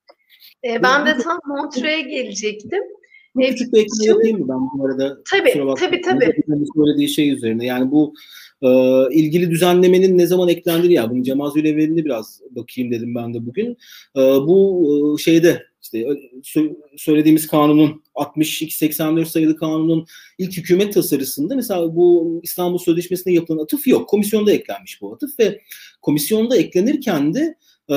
E, ben de tam Montreux'e gelecektim.
Bir küçük bir ekleme yapayım mı ben bu arada?
Tabii, tabii, tabii.
Söylediği şey üzerine. Yani bu e, ilgili düzenlemenin ne zaman eklendiği, ya bunun Cemaz Ülevelini biraz bakayım dedim ben de bugün. E, bu e, şeyde işte söylediğimiz kanunun altmış iki seksen dört sayılı kanunun ilk hükümet tasarısında mesela bu İstanbul Sözleşmesi'ne yapılan atıf yok. Komisyonda eklenmiş bu atıf ve komisyonda eklenirken de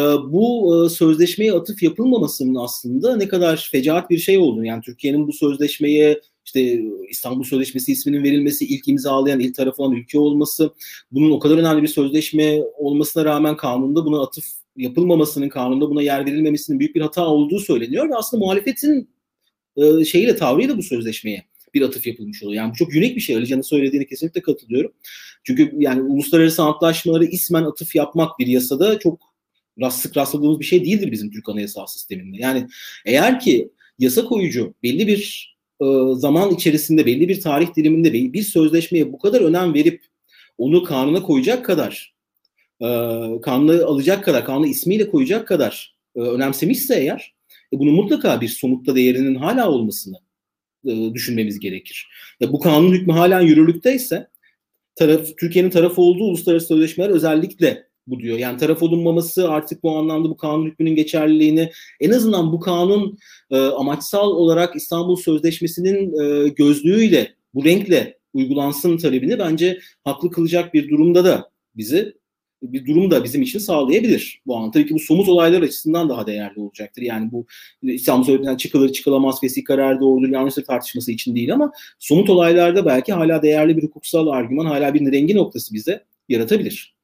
bu sözleşmeye atıf yapılmamasının aslında ne kadar fecaat bir şey olduğunu, yani Türkiye'nin bu sözleşmeye işte İstanbul Sözleşmesi isminin verilmesi, ilk imzalayan, ilk taraf olan ülke olması, bunun o kadar önemli bir sözleşme olmasına rağmen kanunda buna atıf yapılmamasının, kanunda buna yer verilmemesinin büyük bir hata olduğu söyleniyor ve aslında muhalefetin e, şeyiyle, tavrıyla bu sözleşmeye bir atıf yapılmış oluyor. Yani bu çok unik bir şey. Ali Can'ın söylediğine kesinlikle katılıyorum. Çünkü yani uluslararası antlaşmaları ismen atıf yapmak bir yasada çok rast, sık rastladığımız bir şey değildir bizim Türk Anayasal Sisteminde. Yani eğer ki yasa koyucu belli bir e, zaman içerisinde, belli bir tarih diliminde bir sözleşmeye bu kadar önem verip onu kanuna koyacak kadar, e, kanuna alacak kadar, kanuna ismiyle koyacak kadar e, önemsemişse eğer, e, bunun mutlaka bir somutta değerinin hala olmasını e, düşünmemiz gerekir. Ya bu kanun hükmü hala yürürlükteyse, taraf, Türkiye'nin tarafı olduğu uluslararası sözleşmeler özellikle bu diyor. Yani taraf olunmaması artık bu anlamda bu kanun hükmünün geçerliliğini, en azından bu kanun e, amaçsal olarak İstanbul Sözleşmesi'nin e, gözlüğüyle, bu renkle uygulansın talebini bence haklı kılacak bir durumda da bizi, bir durum da bizim için sağlayabilir bu an. Tabii ki bu somut olaylar açısından daha değerli olacaktır. Yani bu İstanbul Sözleşmesi'nden çıkılır çıkılamaz, fesih kararı doğrudur yanlıştır tartışması için değil, ama somut olaylarda belki hala değerli bir hukuksal argüman, hala bir rengi noktası bize yaratabilir.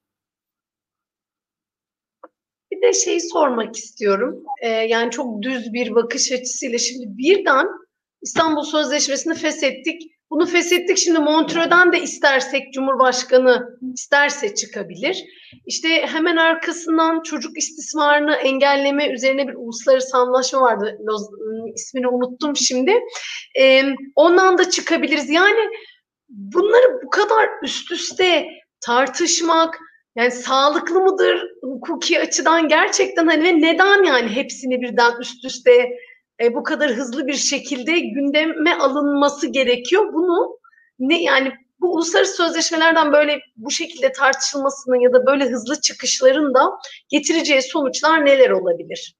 Bir de şeyi sormak istiyorum. Ee, yani çok düz bir bakış açısıyla şimdi birden İstanbul Sözleşmesi'ni feshettik. Bunu feshettik. Şimdi Montreux'den de istersek Cumhurbaşkanı isterse çıkabilir. İşte hemen arkasından çocuk istismarını engelleme üzerine bir uluslararası anlaşma vardı. İsmini unuttum şimdi. Ee, ondan da çıkabiliriz. Yani bunları bu kadar üst üste tartışmak, yani sağlıklı mıdır hukuki açıdan gerçekten, hani ve neden yani hepsini birden üst üste e, bu kadar hızlı bir şekilde gündeme alınması gerekiyor? Bunu ne yani bu uluslararası sözleşmelerden böyle bu şekilde tartışılmasının ya da böyle hızlı çıkışların da getireceği sonuçlar neler olabilir?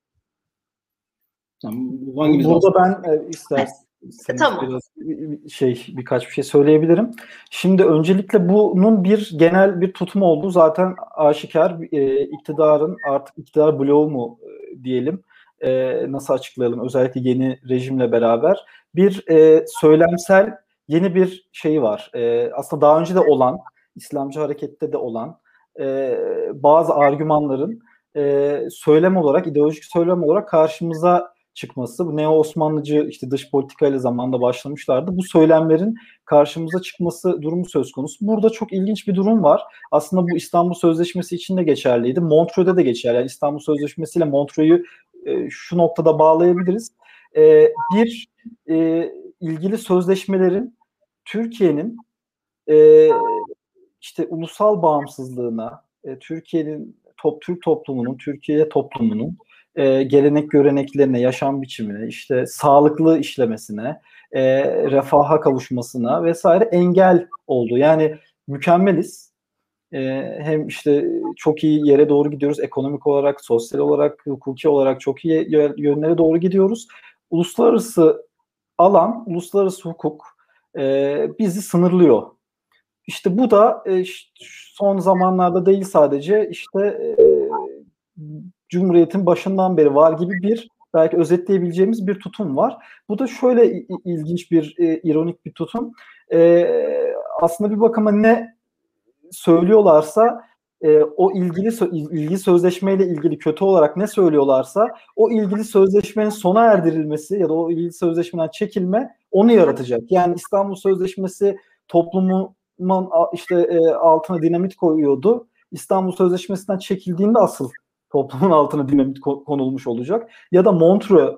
Tamam,
burada ben e, istersen
tamam.
biraz şey birkaç bir şey söyleyebilirim. Şimdi öncelikle bunun bir genel bir tutum olduğu zaten aşikar. E, iktidarın artık iktidar bloğu mu e, diyelim, e, nasıl açıklayalım, özellikle yeni rejimle beraber bir e, söylemsel yeni bir şey var. E, aslında daha önce de olan, İslamcı harekette de olan e, bazı argümanların e, söylem olarak, ideolojik söylem olarak karşımıza çıkması, bu neo-Osmanlıcı işte dış politikayla zamanında başlamışlardı. Bu söylemlerin karşımıza çıkması durumu söz konusu. Burada çok ilginç bir durum var. Aslında bu İstanbul Sözleşmesi için de geçerliydi. Montreux'da da geçerli. Yani İstanbul Sözleşmesi ile Montreux'u e, şu noktada bağlayabiliriz. E, bir e, ilgili sözleşmelerin Türkiye'nin e, işte ulusal bağımsızlığına, e, Türkiye'nin top, Türk toplumunun, Türkiye toplumunun E, gelenek göreneklerine, yaşam biçimine, işte sağlıklı işlemesine, e, refaha kavuşmasına vesaire engel oldu. Yani mükemmeliz. E, hem işte çok iyi yere doğru gidiyoruz. Ekonomik olarak, sosyal olarak, hukuki olarak çok iyi yönlere doğru gidiyoruz. Uluslararası alan, uluslararası hukuk e, bizi sınırlıyor. İşte bu da e, son zamanlarda değil sadece işte e, Cumhuriyet'in başından beri var gibi bir, belki özetleyebileceğimiz bir tutum var. Bu da şöyle ilginç bir, e, ironik bir tutum. E, aslında bir bakıma ne söylüyorlarsa, e, o ilgili ilgili sözleşmeyle ilgili kötü olarak ne söylüyorlarsa, o ilgili sözleşmenin sona erdirilmesi ya da o ilgili sözleşmeden çekilme onu yaratacak. Yani İstanbul Sözleşmesi toplumun işte e, altına dinamit koyuyordu. İstanbul Sözleşmesi'nden çekildiğinde asıl toplumun altına dinamit konulmuş olacak. Ya da Montreux,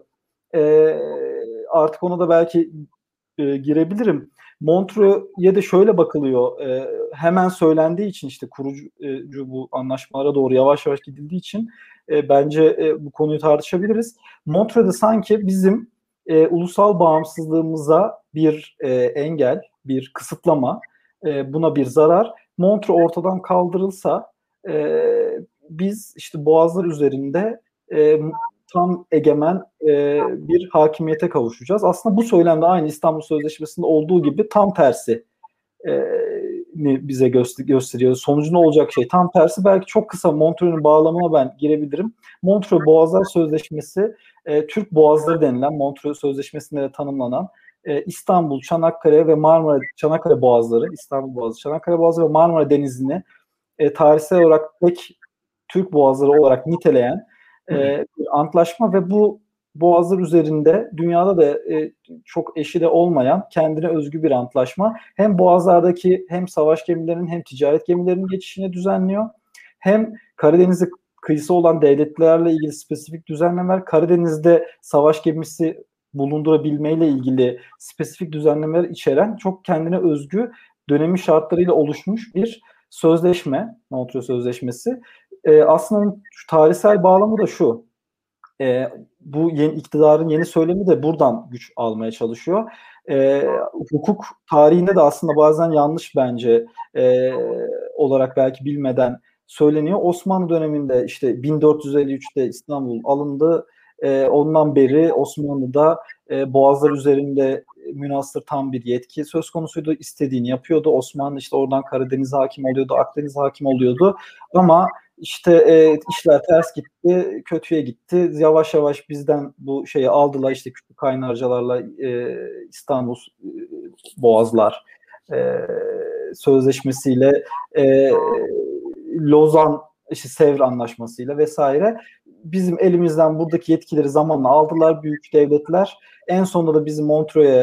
e, artık ona da belki e, girebilirim. Montreux'ye de şöyle bakılıyor. E, hemen söylendiği için, işte kurucu e, bu anlaşmalara doğru yavaş yavaş gidildiği için e, bence e, bu konuyu tartışabiliriz. Montreux'da sanki bizim e, ulusal bağımsızlığımıza bir e, engel, bir kısıtlama, e, buna bir zarar. Montreux ortadan kaldırılsa e, biz işte boğazlar üzerinde e, tam egemen e, bir hakimiyete kavuşacağız. Aslında bu söylemde aynı İstanbul Sözleşmesi'nde olduğu gibi tam tersi e, bize göster- gösteriyor. Sonucu ne olacak şey tam tersi. Belki çok kısa Montreux'un bağlamına ben girebilirim. Montreux Boğazlar Sözleşmesi, e, Türk Boğazları denilen Montreux Sözleşmesi'nde de tanımlanan e, İstanbul, Çanakkale ve Marmara, Çanakkale Boğazları, İstanbul Boğazı, Çanakkale Boğazı ve Marmara Denizi'ni e, tarihsel olarak tek Türk boğazları olarak niteleyen e, bir antlaşma ve bu boğazlar üzerinde dünyada da e, çok eşi de olmayan kendine özgü bir antlaşma. Hem boğazlardaki hem savaş gemilerinin hem ticaret gemilerinin geçişini düzenliyor. Hem Karadeniz'e kıyısı olan devletlerle ilgili spesifik düzenlemeler, Karadeniz'de savaş gemisi bulundurabilmeyle ilgili spesifik düzenlemeler içeren çok kendine özgü dönemin şartlarıyla oluşmuş bir sözleşme, Montreux Sözleşmesi. Ee, aslında onun tarihsel bağlamı da şu, e, bu yeni iktidarın yeni söylemi de buradan güç almaya çalışıyor. E, hukuk tarihinde de aslında bazen yanlış bence e, olarak belki bilmeden söyleniyor. Osmanlı döneminde işte bin dört yüz elli üçte İstanbul alındı. E, ondan beri Osmanlı'da e, boğazlar üzerinde münhasır tam bir yetki söz konusuydu. İstediğini yapıyordu. Osmanlı işte oradan Karadeniz hakim oluyordu, Akdeniz hakim oluyordu. Ama İşte e, işler ters gitti, kötüye gitti. Yavaş yavaş bizden bu şeyi aldılar. İşte küçük kaynarcalarla e, İstanbul e, Boğazlar e, Sözleşmesiyle e, Lozan işte Sevr Anlaşması'yla vesaire bizim elimizden buradaki yetkileri zamanla aldılar büyük devletler. En sonunda da bizi Montreux'e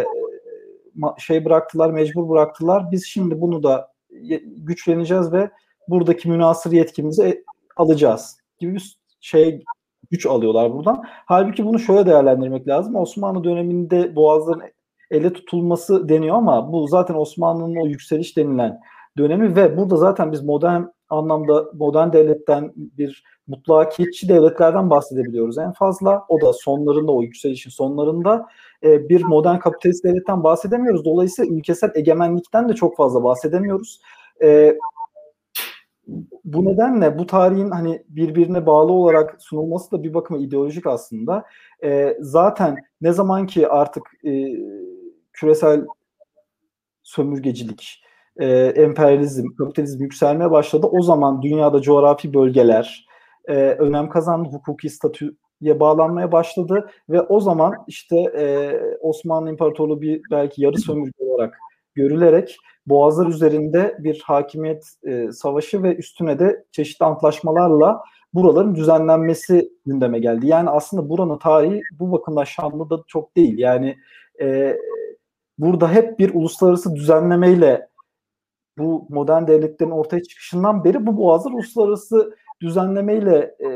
şey bıraktılar, mecbur bıraktılar. Biz şimdi bunu da güçleneceğiz ve buradaki münhasır yetkimizi alacağız gibi bir şey güç alıyorlar buradan. Halbuki bunu şöyle değerlendirmek lazım. Osmanlı döneminde boğazların ele tutulması deniyor ama bu zaten Osmanlı'nın o yükseliş denilen dönemi ve burada zaten biz modern anlamda modern devletten bir mutlakiyetçi devletlerden bahsedebiliyoruz en fazla. O da sonlarında, o yükselişin sonlarında e, bir modern kapitalist devletten bahsedemiyoruz. Dolayısıyla ülkesel egemenlikten de çok fazla bahsedemiyoruz. E, Bu nedenle bu tarihin hani birbirine bağlı olarak sunulması da bir bakıma ideolojik aslında. E, zaten ne zaman ki artık e, küresel sömürgecilik, e, emperyalizm, kapitalizm yükselmeye başladı. O zaman dünyada coğrafi bölgeler e, önem kazandı, hukuki statüye bağlanmaya başladı ve o zaman işte e, Osmanlı İmparatorluğu bir belki yarı sömürge olarak görülerek boğazlar üzerinde bir hakimiyet e, savaşı ve üstüne de çeşitli antlaşmalarla buraların düzenlenmesi gündeme geldi. Yani aslında buranın tarihi bu bakımdan şanlı da çok değil. Yani e, burada hep bir uluslararası düzenlemeyle bu modern devletlerin ortaya çıkışından beri bu boğazlar uluslararası düzenlemeyle e,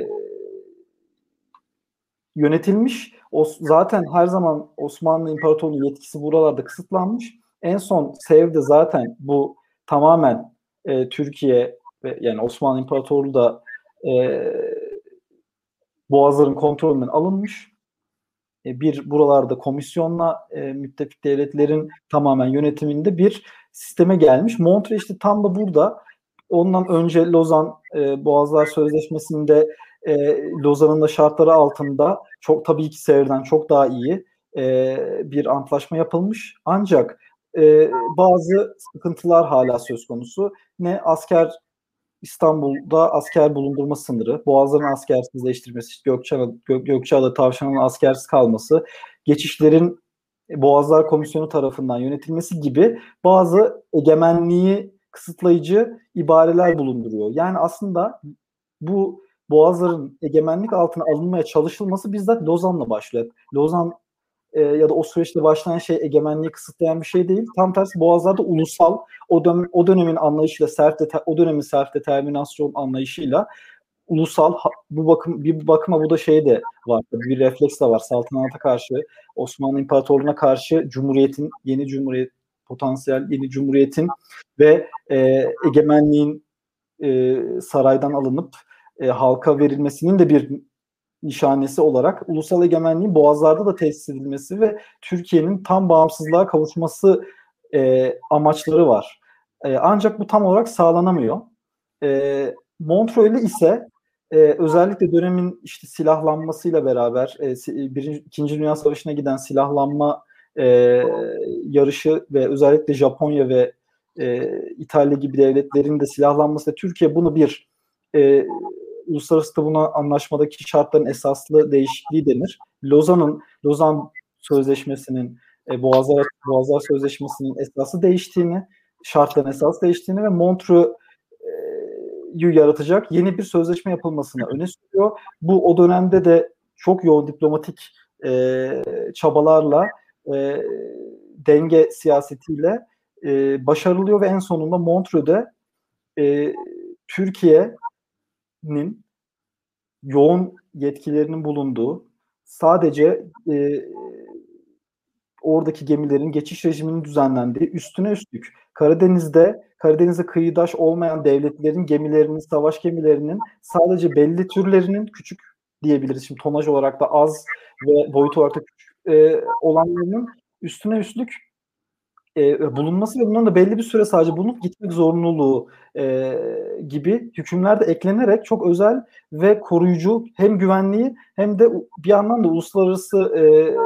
yönetilmiş. O, zaten her zaman Osmanlı İmparatorluğu yetkisi buralarda kısıtlanmış. En son Sevr'de zaten bu tamamen e, Türkiye ve yani Osmanlı İmparatorluğu da e, boğazların kontrolünden alınmış. E, bir buralarda komisyonla e, müttefik devletlerin tamamen yönetiminde bir sisteme gelmiş. Montreux işte tam da burada. Ondan önce Lozan e, Boğazlar Sözleşmesi'nde e, Lozan'ın da şartları altında çok tabii ki Sevr'den çok daha iyi e, bir antlaşma yapılmış. Ancak e, bazı sıkıntılar hala söz konusu. Ne asker İstanbul'da asker bulundurma sınırı, Boğazların askersizleştirilmesi, işte Gökçeada, Gök, Gökçeada Tavşan'ın askersiz kalması, geçişlerin Boğazlar Komisyonu tarafından yönetilmesi gibi bazı egemenliği kısıtlayıcı ibareler bulunduruyor. Yani aslında bu Boğazların egemenlik altına alınmaya çalışılması bizzat Lozan'la başlıyor. Lozan e, ya da o süreçte başlayan şey egemenliği kısıtlayan bir şey değil. Tam tersi boğazlarda ulusal, o, dön- o dönemin anlayışıyla, self o dönemin self determinasyon anlayışıyla ulusal, bu bakım bir bakıma bu da şey de var. Bir refleks de var. Saltanata karşı, Osmanlı İmparatorluğu'na karşı Cumhuriyet'in, yeni Cumhuriyet, potansiyel yeni Cumhuriyet'in ve e, egemenliğin e, saraydan alınıp e, halka verilmesinin de bir nişanesi olarak ulusal egemenliğin boğazlarda da tesis edilmesi ve Türkiye'nin tam bağımsızlığa kavuşması e, amaçları var. E, ancak bu tam olarak sağlanamıyor. E, Montreux'le ise e, özellikle dönemin işte silahlanmasıyla beraber e, birinci, İkinci Dünya Savaşı'na giden silahlanma e, yarışı ve özellikle Japonya ve e, İtalya gibi devletlerin de silahlanması, Türkiye bunu bir e, uluslararası buna anlaşmadaki şartların esaslı değişikliği denir. Lozan'ın Lozan Sözleşmesi'nin e, Boğazlar Boğazlar Sözleşmesi'nin esası değiştiğini, şartların esası değiştiğini ve Montreux'u yaratacak yeni bir sözleşme yapılmasını öne sürüyor. Bu o dönemde de çok yoğun diplomatik e, çabalarla, e, denge siyasetiyle e, başarılıyor ve en sonunda Montreux'de e, Türkiye'nin yoğun yetkilerinin bulunduğu, sadece e, oradaki gemilerin geçiş rejiminin düzenlendiği, üstüne üstlük Karadeniz'de Karadeniz'e kıyıdaş olmayan devletlerin gemilerinin, savaş gemilerinin sadece belli türlerinin, küçük diyebiliriz şimdi tonaj olarak da az ve boyut olarak da küçük e, olanlarının üstüne üstlük e, bulunması ve bunların da belli bir süre sadece bulunup gitmek zorunluluğu e, gibi hükümler de eklenerek çok özel ve koruyucu, hem güvenliği hem de bir yandan da uluslararası e,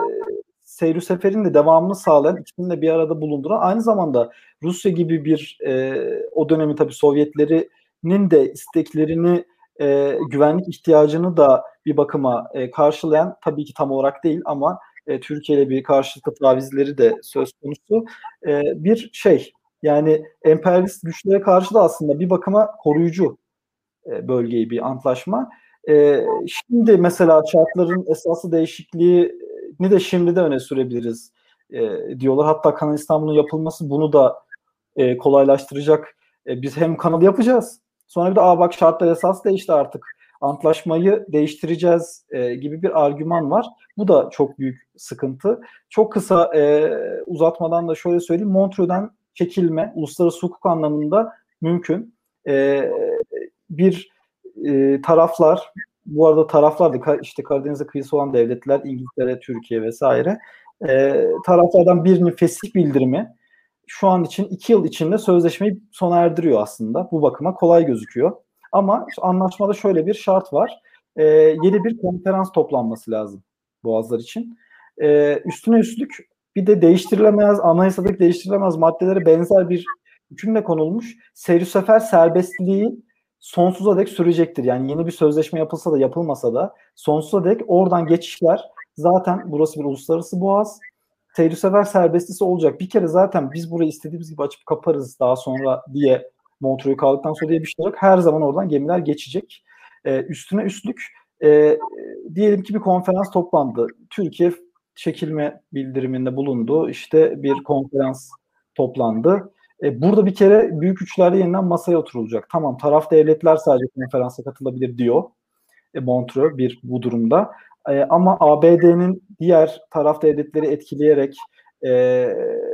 seyir seferin de devamını sağlayan, ikisini de bir arada bulunduran, aynı zamanda Rusya gibi bir e, o dönemin tabii Sovyetlerinin de isteklerini, e, güvenlik ihtiyacını da bir bakıma e, karşılayan, tabii ki tam olarak değil ama e, Türkiye ile bir karşılıklı tavizleri de söz konusu e, bir şey. Yani emperyalist güçlere karşı da aslında bir bakıma koruyucu e, bölgeyi bir antlaşma. E, şimdi mesela şartların esası değişikliğini de şimdi de öne sürebiliriz e, diyorlar. Hatta Kanal İstanbul'un yapılması bunu da e, kolaylaştıracak. E, biz hem kanalı yapacağız. Sonra bir de aa bak şartlar esas değişti artık. Antlaşmayı değiştireceğiz e, gibi bir argüman var. Bu da çok büyük sıkıntı. Çok kısa e, uzatmadan da şöyle söyleyeyim. Montreux'den çekilme uluslararası hukuk anlamında mümkün. E, bir e, taraflar, bu arada taraflar da işte Karadeniz'e kıyısı olan devletler, İngiltere, Türkiye vesaire. E, taraflardan birinin fesih bildirimi şu an için iki yıl içinde sözleşmeyi sona erdiriyor aslında. Bu bakıma kolay gözüküyor. Ama anlaşmada şöyle bir şart var. E, yeni bir konferans toplanması lazım Boğazlar için. E, üstüne üstlük bir de değiştirilemez, anayasadaki değiştirilemez maddelere benzer bir hükümle konulmuş seyir sefer serbestliği sonsuza dek sürecektir. Yani yeni bir sözleşme yapılsa da yapılmasa da sonsuza dek oradan geçişler, zaten burası bir uluslararası boğaz. Seyir sefer serbestisi olacak. Bir kere zaten biz burayı istediğimiz gibi açıp kaparız daha sonra diye, Montreux'u kaldıktan sonra diye bir şey yok. Her zaman oradan gemiler geçecek. Ee, üstüne üstlük e, diyelim ki bir konferans toplandı. Türkiye çekilme bildiriminde bulundu. İşte bir konferans toplandı. E, burada bir kere büyük güçlerle yeniden masaya oturulacak. Tamam, taraf devletler sadece konferansa katılabilir diyor e, Montreux bir bu durumda. E, ama A B D'nin diğer taraf devletleri etkileyerek e,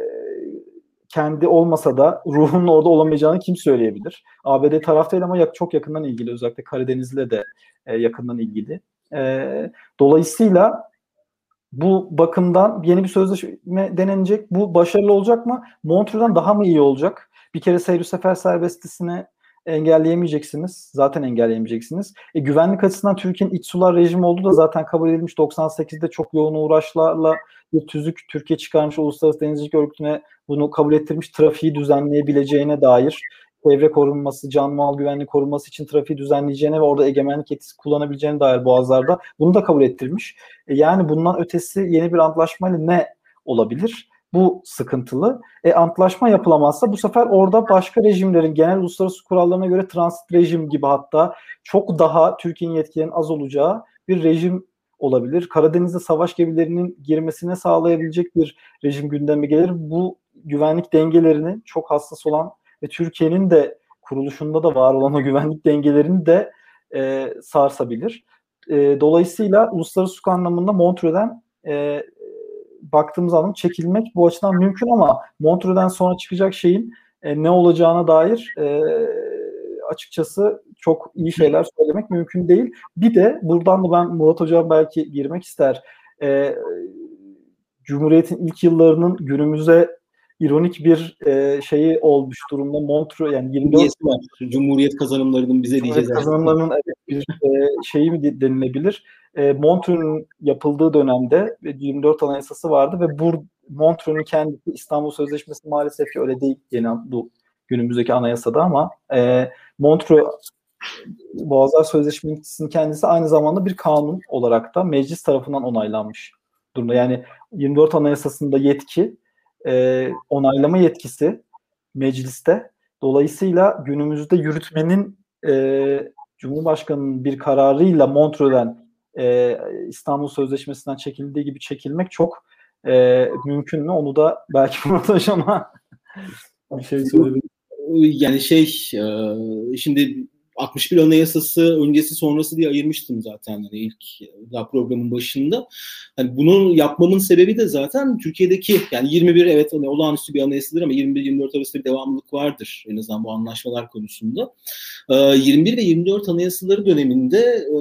kendi olmasa da ruhunun orada olamayacağını kim söyleyebilir? A B D taraf değil ama çok yakından ilgili. Özellikle Karadeniz'le de e, yakından ilgili. E, dolayısıyla bu bakımdan yeni bir sözleşme denenecek. Bu başarılı olacak mı? Montreux'dan daha mı iyi olacak? Bir kere seyir sefer serbestisini engelleyemeyeceksiniz. Zaten engelleyemeyeceksiniz. E, güvenlik açısından Türkiye'nin iç sular rejimi olduğu da zaten kabul edilmiş. doksan sekizde çok yoğun uğraşlarla bir tüzük Türkiye çıkarmış, Uluslararası Denizcilik Örgütü'ne bunu kabul ettirmiş, trafiği düzenleyebileceğine dair, çevre korunması, can mal güvenliği korunması için trafiği düzenleyeceğine ve orada egemenlik yetkisi kullanabileceğine dair boğazlarda bunu da kabul ettirmiş. E, yani bundan ötesi yeni bir antlaşmayla ne olabilir? Bu sıkıntılı. E, antlaşma yapılamazsa bu sefer orada başka rejimlerin genel uluslararası kurallarına göre transit rejim gibi, hatta çok daha Türkiye'nin yetkilerinin az olacağı bir rejim olabilir. Karadeniz'de savaş gemilerinin girmesine sağlayabilecek bir rejim gündeme gelir. Bu güvenlik dengelerini çok hassas olan ve Türkiye'nin de kuruluşunda da var olan o güvenlik dengelerini de e, sarsabilir. E, dolayısıyla uluslararası hukuk anlamında Montreux'den e, baktığımız anlamda çekilmek bu açıdan mümkün ama Montreux'den sonra çıkacak şeyin e, ne olacağına dair e, açıkçası çok iyi şeyler söylemek mümkün değil. Bir de buradan da ben Murat Hocam belki girmek ister. E, Cumhuriyet'in ilk yıllarının günümüze ironik bir e, şeyi olmuş durumda. Montreux yani yirmi dört
var. Cumhuriyet kazanımlarının bize
Cumhuriyet
diyeceğiz.
kazanımlarının evet, bir e, şeyi mi denilebilir? E, Montreux'un yapıldığı dönemde yirmi dört Anayasası vardı ve bu Montreux'un kendisi İstanbul Sözleşmesi maalesef ki öyle değil yeni bu günümüzdeki anayasada ama e, Montreux Boğazlar Sözleşmesi'nin kendisi aynı zamanda bir kanun olarak da meclis tarafından onaylanmış durumda. Yani yirmi dört Anayasası'nda yetki, e, onaylama yetkisi mecliste. Dolayısıyla günümüzde yürütmenin e, Cumhurbaşkanı'nın bir kararıyla Montreux'den e, İstanbul Sözleşmesi'nden çekildiği gibi çekilmek çok e, mümkün mü? Onu da belki Murat Hocam'a bir şey söyleyebilirim.
Yani şey e, şimdi altmış bir Anayasası öncesi sonrası diye ayırmıştım zaten hani ilk daha programın başında. Hani bunu yapmamın sebebi de zaten Türkiye'deki yani yirmi bir evet hani olağanüstü bir anayasadır ama yirmi bir yirmi dört arasında bir devamlılık vardır en azından bu anlaşmalar konusunda. Ee, yirmi bir ve yirmi dört anayasaları döneminde e,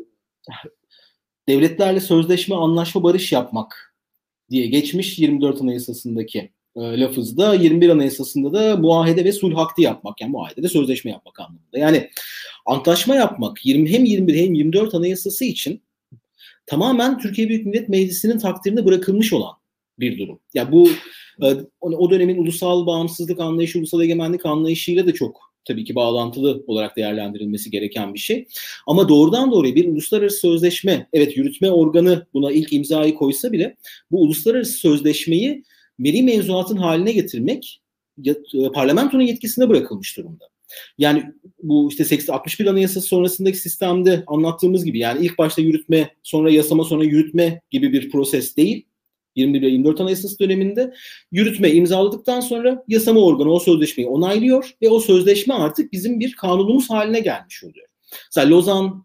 devletlerle sözleşme, anlaşma, barış yapmak diye geçmiş yirmi dört Anayasası'ndaki e, lafızda, yirmi bir Anayasası'nda da muahede ve sulh akdi yapmak, yani muahede de sözleşme yapmak anlamında. Yani antlaşma yapmak yirmi, hem yirmi bir hem yirmi dört Anayasası için tamamen Türkiye Büyük Millet Meclisi'nin takdirine bırakılmış olan bir durum. Ya yani bu e, o dönemin ulusal bağımsızlık anlayışı, ulusal egemenlik anlayışıyla da çok tabii ki bağlantılı olarak değerlendirilmesi gereken bir şey. Ama doğrudan doğruya bir uluslararası sözleşme, evet yürütme organı buna ilk imzayı koysa bile bu uluslararası sözleşmeyi meri mevzuatın haline getirmek parlamentonun yetkisine bırakılmış durumda. Yani bu işte altmış bir Anayasası sonrasındaki sistemde anlattığımız gibi yani ilk başta yürütme, sonra yasama, sonra yürütme gibi bir proses değil. yirmi bir ve yirmi dört Anayasası döneminde yürütme imzaladıktan sonra yasama organı o sözleşmeyi onaylıyor ve o sözleşme artık bizim bir kanunumuz haline gelmiş oluyor. Mesela Lozan,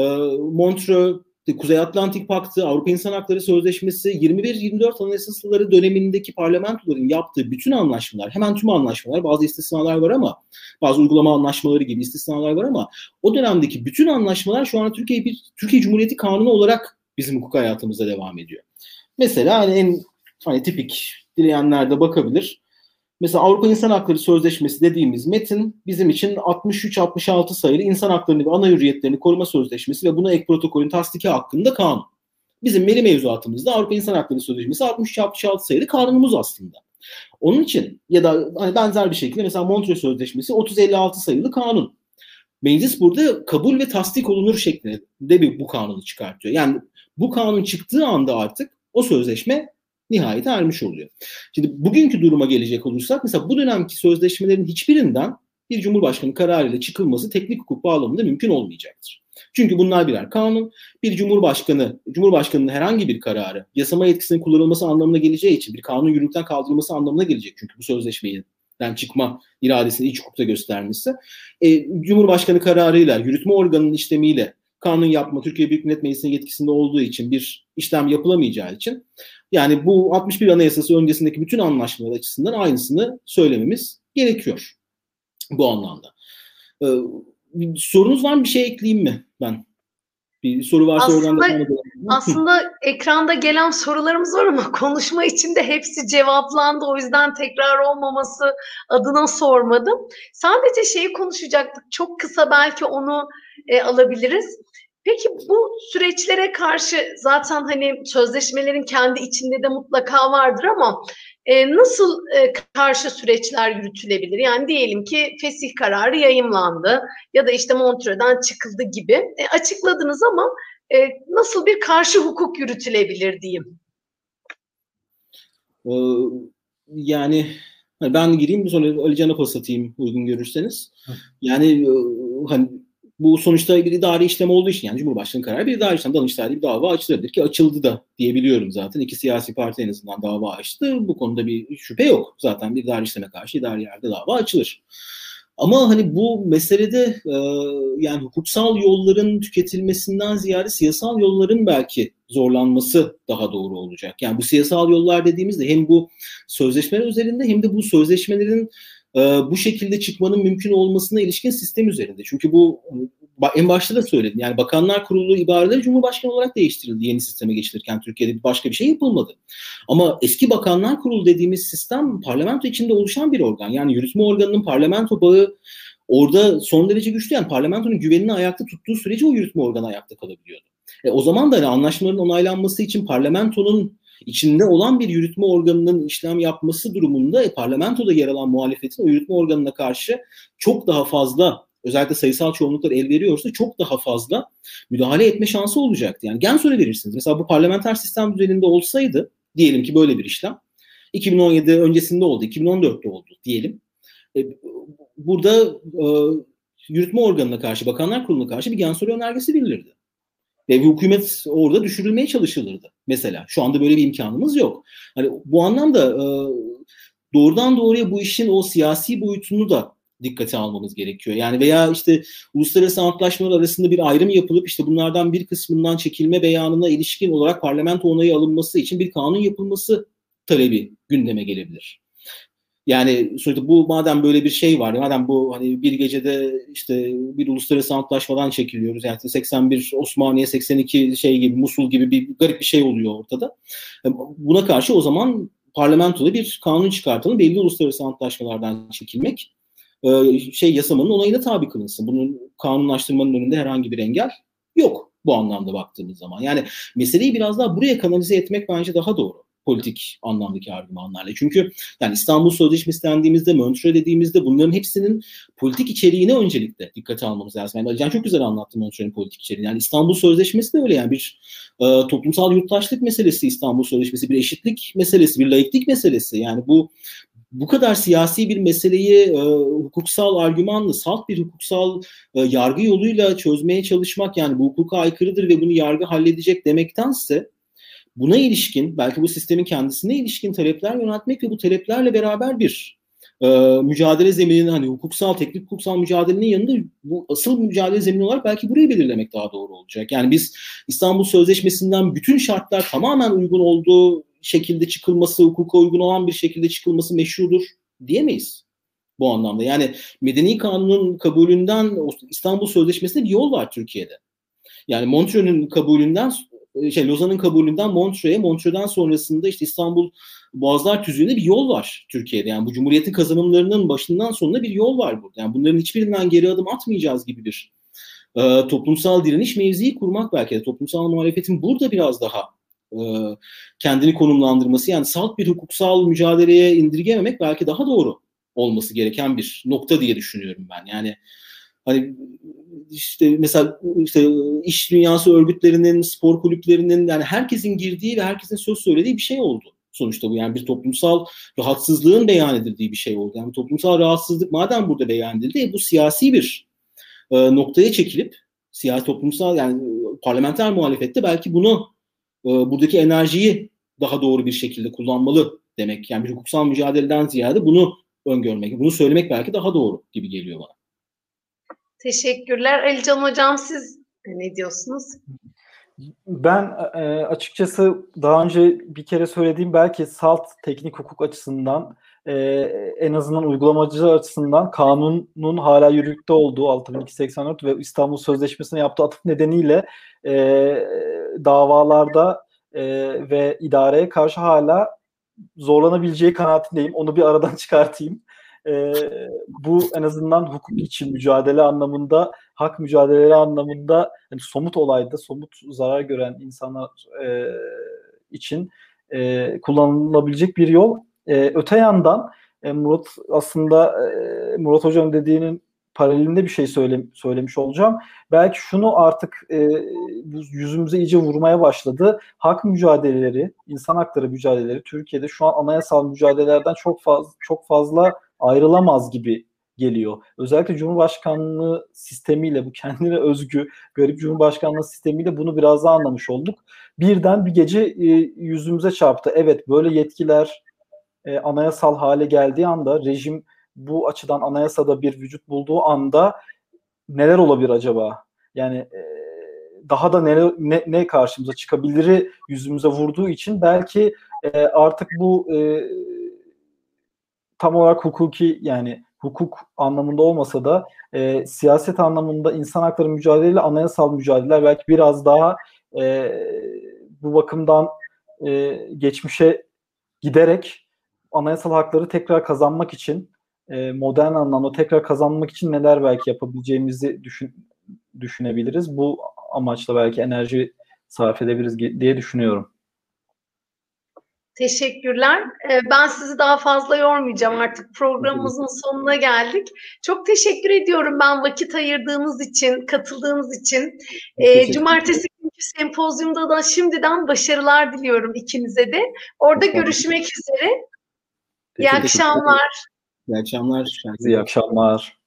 Montreux, Kuzey Atlantik Paktı, Avrupa İnsan Hakları Sözleşmesi, yirmi bir yirmi dört Anayasaları dönemindeki parlamentoların yaptığı bütün anlaşmalar, hemen tüm anlaşmalar, bazı istisnalar var ama, bazı uygulama anlaşmaları gibi istisnalar var ama o dönemdeki bütün anlaşmalar şu an Türkiye bir Türkiye Cumhuriyeti Kanunu olarak bizim hukuk hayatımızda devam ediyor. Mesela hani en hani tipik dileyenler de bakabilir. Mesela Avrupa İnsan Hakları Sözleşmesi dediğimiz metin bizim için altmış üç altmış altı sayılı İnsan Haklarını ve Ana Hürriyetlerini Koruma Sözleşmesi ve buna ek protokolün tasdiki hakkında kanun. Bizim meri mevzuatımızda Avrupa İnsan Hakları Sözleşmesi altmış üç altmış altı sayılı kanunumuz aslında. Onun için ya da hani benzer bir şekilde mesela Montreux Sözleşmesi otuz elli altı sayılı kanun. Meclis burada kabul ve tasdik olunur şeklinde bir bu kanunu çıkartıyor. Yani bu kanun çıktığı anda artık o sözleşme nihayete ermiş oluyor. Şimdi bugünkü duruma gelecek olursak mesela bu dönemki sözleşmelerin hiçbirinden bir Cumhurbaşkanı kararıyla çıkılması teknik hukuk bağlamında mümkün olmayacaktır. Çünkü bunlar birer kanun. Bir Cumhurbaşkanı, Cumhurbaşkanı'nın herhangi bir kararı yasama yetkisinin kullanılması anlamına geleceği için bir kanun yürürlükten kaldırılması anlamına gelecek. Çünkü bu sözleşmeden çıkma iradesini iç hukukta göstermişse e, Cumhurbaşkanı kararıyla, yürütme organının işlemiyle kanun yapma Türkiye Büyük Millet Meclisi'nin yetkisinde olduğu için bir işlem yapılamayacağı için yani bu altmış bir Anayasası öncesindeki bütün anlaşmalar açısından aynısını söylememiz gerekiyor bu anlamda. Ee, sorunuz var mı? Bir şey ekleyeyim mi ben? Bir soru varsa
aslında,
oradan da
aslında ekranda gelen sorularımız var ama konuşma içinde hepsi cevaplandı. O yüzden tekrar olmaması adına sormadım. Sadece şeyi konuşacaktık. Çok kısa belki onu e, alabiliriz. Peki bu süreçlere karşı zaten hani sözleşmelerin kendi içinde de mutlaka vardır ama e, nasıl e, karşı süreçler yürütülebilir? Yani diyelim ki fesih kararı yayımlandı ya da işte Montreux'dan çıkıldı gibi e, açıkladınız ama e, nasıl bir karşı hukuk yürütülebilir diyeyim?
Ee, yani ben gireyim sonra Ali Can'a pas atayım uygun görürseniz. Yani hani bu sonuçta bir idari işlem olduğu için, yani Cumhurbaşkanı kararı bir idari işlem, Danıştay'da bir dava açılabilir ki açıldı da diyebiliyorum zaten. İki siyasi parti en azından dava açtı. Bu konuda bir şüphe yok. Zaten bir idari işleme karşı idari yerde dava açılır. Ama hani bu meselede e, yani hukuksal yolların tüketilmesinden ziyade siyasal yolların belki zorlanması daha doğru olacak. Yani bu siyasal yollar dediğimizde hem bu sözleşmeler üzerinde hem de bu sözleşmelerin e, bu şekilde çıkmanın mümkün olmasına ilişkin sistem üzerinde. Çünkü bu en başta da söyledim. Yani Bakanlar Kurulu ibareleri Cumhurbaşkanı olarak değiştirildi yeni sisteme geçilirken. Türkiye'de başka bir şey yapılmadı. Ama eski Bakanlar Kurulu dediğimiz sistem parlamento içinde oluşan bir organ. Yani yürütme organının parlamento bağı orada son derece güçlü. Yani parlamentonun güvenini ayakta tuttuğu sürece o yürütme organı ayakta kalabiliyordu. E, o zaman da hani anlaşmaların onaylanması için parlamentonun içinde olan bir yürütme organının işlem yapması durumunda e, parlamentoda yer alan muhalefetin o yürütme organına karşı çok daha fazla, özellikle sayısal çoğunluklar el veriyorsa çok daha fazla müdahale etme şansı olacaktı. Yani gen süre verirsiniz. Mesela bu parlamenter sistem düzeninde olsaydı, diyelim ki böyle bir işlem iki bin on yedi öncesinde oldu, iki bin on dörtte oldu diyelim. E, burada e, yürütme organına karşı, Bakanlar Kurulu'na karşı bir gen süre önergesi verilirdi. Ve hükümet orada düşürülmeye çalışılırdı. Mesela şu anda böyle bir imkanımız yok. Hani bu anlamda e, doğrudan doğruya bu işin o siyasi boyutunu da dikkate almamız gerekiyor. Yani veya işte uluslararası antlaşmalar arasında bir ayrım yapılıp işte bunlardan bir kısmından çekilme beyanına ilişkin olarak parlamento onayı alınması için bir kanun yapılması talebi gündeme gelebilir. Yani sonuçta bu madem böyle bir şey var, madem bu hani bir gecede işte bir uluslararası antlaşmadan çekiliyoruz, yani seksen bir Osmaniye, seksen iki şey gibi, Musul gibi bir garip bir şey oluyor ortada. Buna karşı o zaman parlamentoda bir kanun çıkartalım, belli uluslararası antlaşmalardan çekilmek şey yasamanın onayına tabi kılınsın. Bunun kanunlaştırmanın önünde herhangi bir engel yok bu anlamda baktığımız zaman. Yani meseleyi biraz daha buraya kanalize etmek bence daha doğru. Politik anlamdaki argümanlarla. Çünkü yani İstanbul Sözleşmesi dendiğimizde, Montreux dediğimizde bunların hepsinin politik içeriğine öncelikle dikkate almamız lazım. Yani Can çok güzel anlattı Montreux'un politik içeriğini. Yani İstanbul Sözleşmesi de öyle, yani bir e, toplumsal yurttaşlık meselesi İstanbul Sözleşmesi, bir eşitlik meselesi, bir laiklik meselesi. Yani bu bu kadar siyasi bir meseleyi e, hukuksal argümanla, salt bir hukuksal e, yargı yoluyla çözmeye çalışmak, yani bu hukuka aykırıdır ve bunu yargı halledecek demektense buna ilişkin, belki bu sistemin kendisine ilişkin talepler yöneltmek ve bu taleplerle beraber bir e, mücadele zeminini, hani hukuksal, teknik hukuksal mücadelenin yanında bu asıl mücadele zemini olarak belki burayı belirlemek daha doğru olacak. Yani biz İstanbul Sözleşmesi'nden bütün şartlar tamamen uygun olduğu şekilde çıkılması, hukuka uygun olan bir şekilde çıkılması meşrudur diyemeyiz bu anlamda. Yani Medeni Kanun'un kabulünden İstanbul Sözleşmesi'ne bir yol var Türkiye'de. Yani Montreux'un kabulünden, şey Lozan'ın kabulünden Montreux'e, Montreux'dan sonrasında işte İstanbul Boğazlar Tüzüğü'nde bir yol var Türkiye'de. Yani bu Cumhuriyet'in kazanımlarının başından sonuna bir yol var burada. Yani bunların hiçbirinden geri adım atmayacağız gibi bir e, toplumsal direniş mevzii kurmak, belki de toplumsal muhalefetin burada biraz daha e, kendini konumlandırması, yani salt bir hukuksal mücadeleye indirgememek belki daha doğru olması gereken bir nokta diye düşünüyorum ben. Yani hani işte mesela işte iş dünyası örgütlerinin, spor kulüplerinin, yani herkesin girdiği ve herkesin söz söylediği bir şey oldu. Sonuçta bu yani bir toplumsal rahatsızlığın beyan edildiği bir şey oldu. Yani toplumsal rahatsızlık madem burada beyan edildi, bu siyasi bir e, noktaya çekilip siyasi toplumsal, yani parlamenter muhalefette belki bunu e, buradaki enerjiyi daha doğru bir şekilde kullanmalı demek. Yani bir hukuksal mücadeleden ziyade bunu öngörmek, bunu söylemek belki daha doğru gibi geliyor bana.
Teşekkürler. Alican Hocam, siz ne diyorsunuz?
Ben e, açıkçası daha önce bir kere söylediğim, belki salt teknik hukuk açısından, e, en azından uygulamacı açısından kanunun hala yürürlükte olduğu altı bin iki yüz seksen dört ve İstanbul Sözleşmesi'ne yaptığı atıf nedeniyle e, davalarda e, ve idareye karşı hala zorlanabileceği kanaatindeyim. Onu bir aradan çıkartayım. E, bu en azından hukuk için mücadele anlamında, hak mücadeleleri anlamında, yani somut olayda somut zarar gören insanlar e, için e, kullanılabilecek bir yol. E, öte yandan e, Murat aslında e, Murat Hocam dediğinin paralelinde bir şey söyle, söylemiş olacağım. Belki şunu artık e, yüzümüze iyice vurmaya başladı. Hak mücadeleleri, insan hakları mücadeleleri Türkiye'de şu an anayasal mücadelelerden çok fazla çok fazla ayrılamaz gibi geliyor. Özellikle Cumhurbaşkanlığı sistemiyle, bu kendine özgü garip Cumhurbaşkanlığı sistemiyle bunu biraz daha anlamış olduk. Birden bir gece e, yüzümüze çarptı. Evet, böyle yetkiler e, anayasal hale geldiği anda, rejim bu açıdan anayasada bir vücut bulduğu anda neler olabilir acaba? Yani e, daha da ne, ne, ne karşımıza çıkabiliri yüzümüze vurduğu için belki e, artık bu e, tam olarak hukuki, yani hukuk anlamında olmasa da e, siyaset anlamında insan hakları mücadeleyle anayasal mücadeleler belki biraz daha e, bu bakımdan e, geçmişe giderek anayasal hakları tekrar kazanmak için, e, modern anlamda tekrar kazanmak için neler belki yapabileceğimizi düşün, düşünebiliriz. Bu amaçla belki enerji sarf edebiliriz diye düşünüyorum.
Teşekkürler. Ben sizi daha fazla yormayacağım, artık programımızın sonuna geldik. Çok teşekkür ediyorum ben vakit ayırdığınız için, katıldığınız için. Cumartesi günkü sempozyumda da şimdiden başarılar diliyorum ikinize de. Orada görüşmek üzere. İyi akşamlar.
İyi akşamlar.
İyi akşamlar.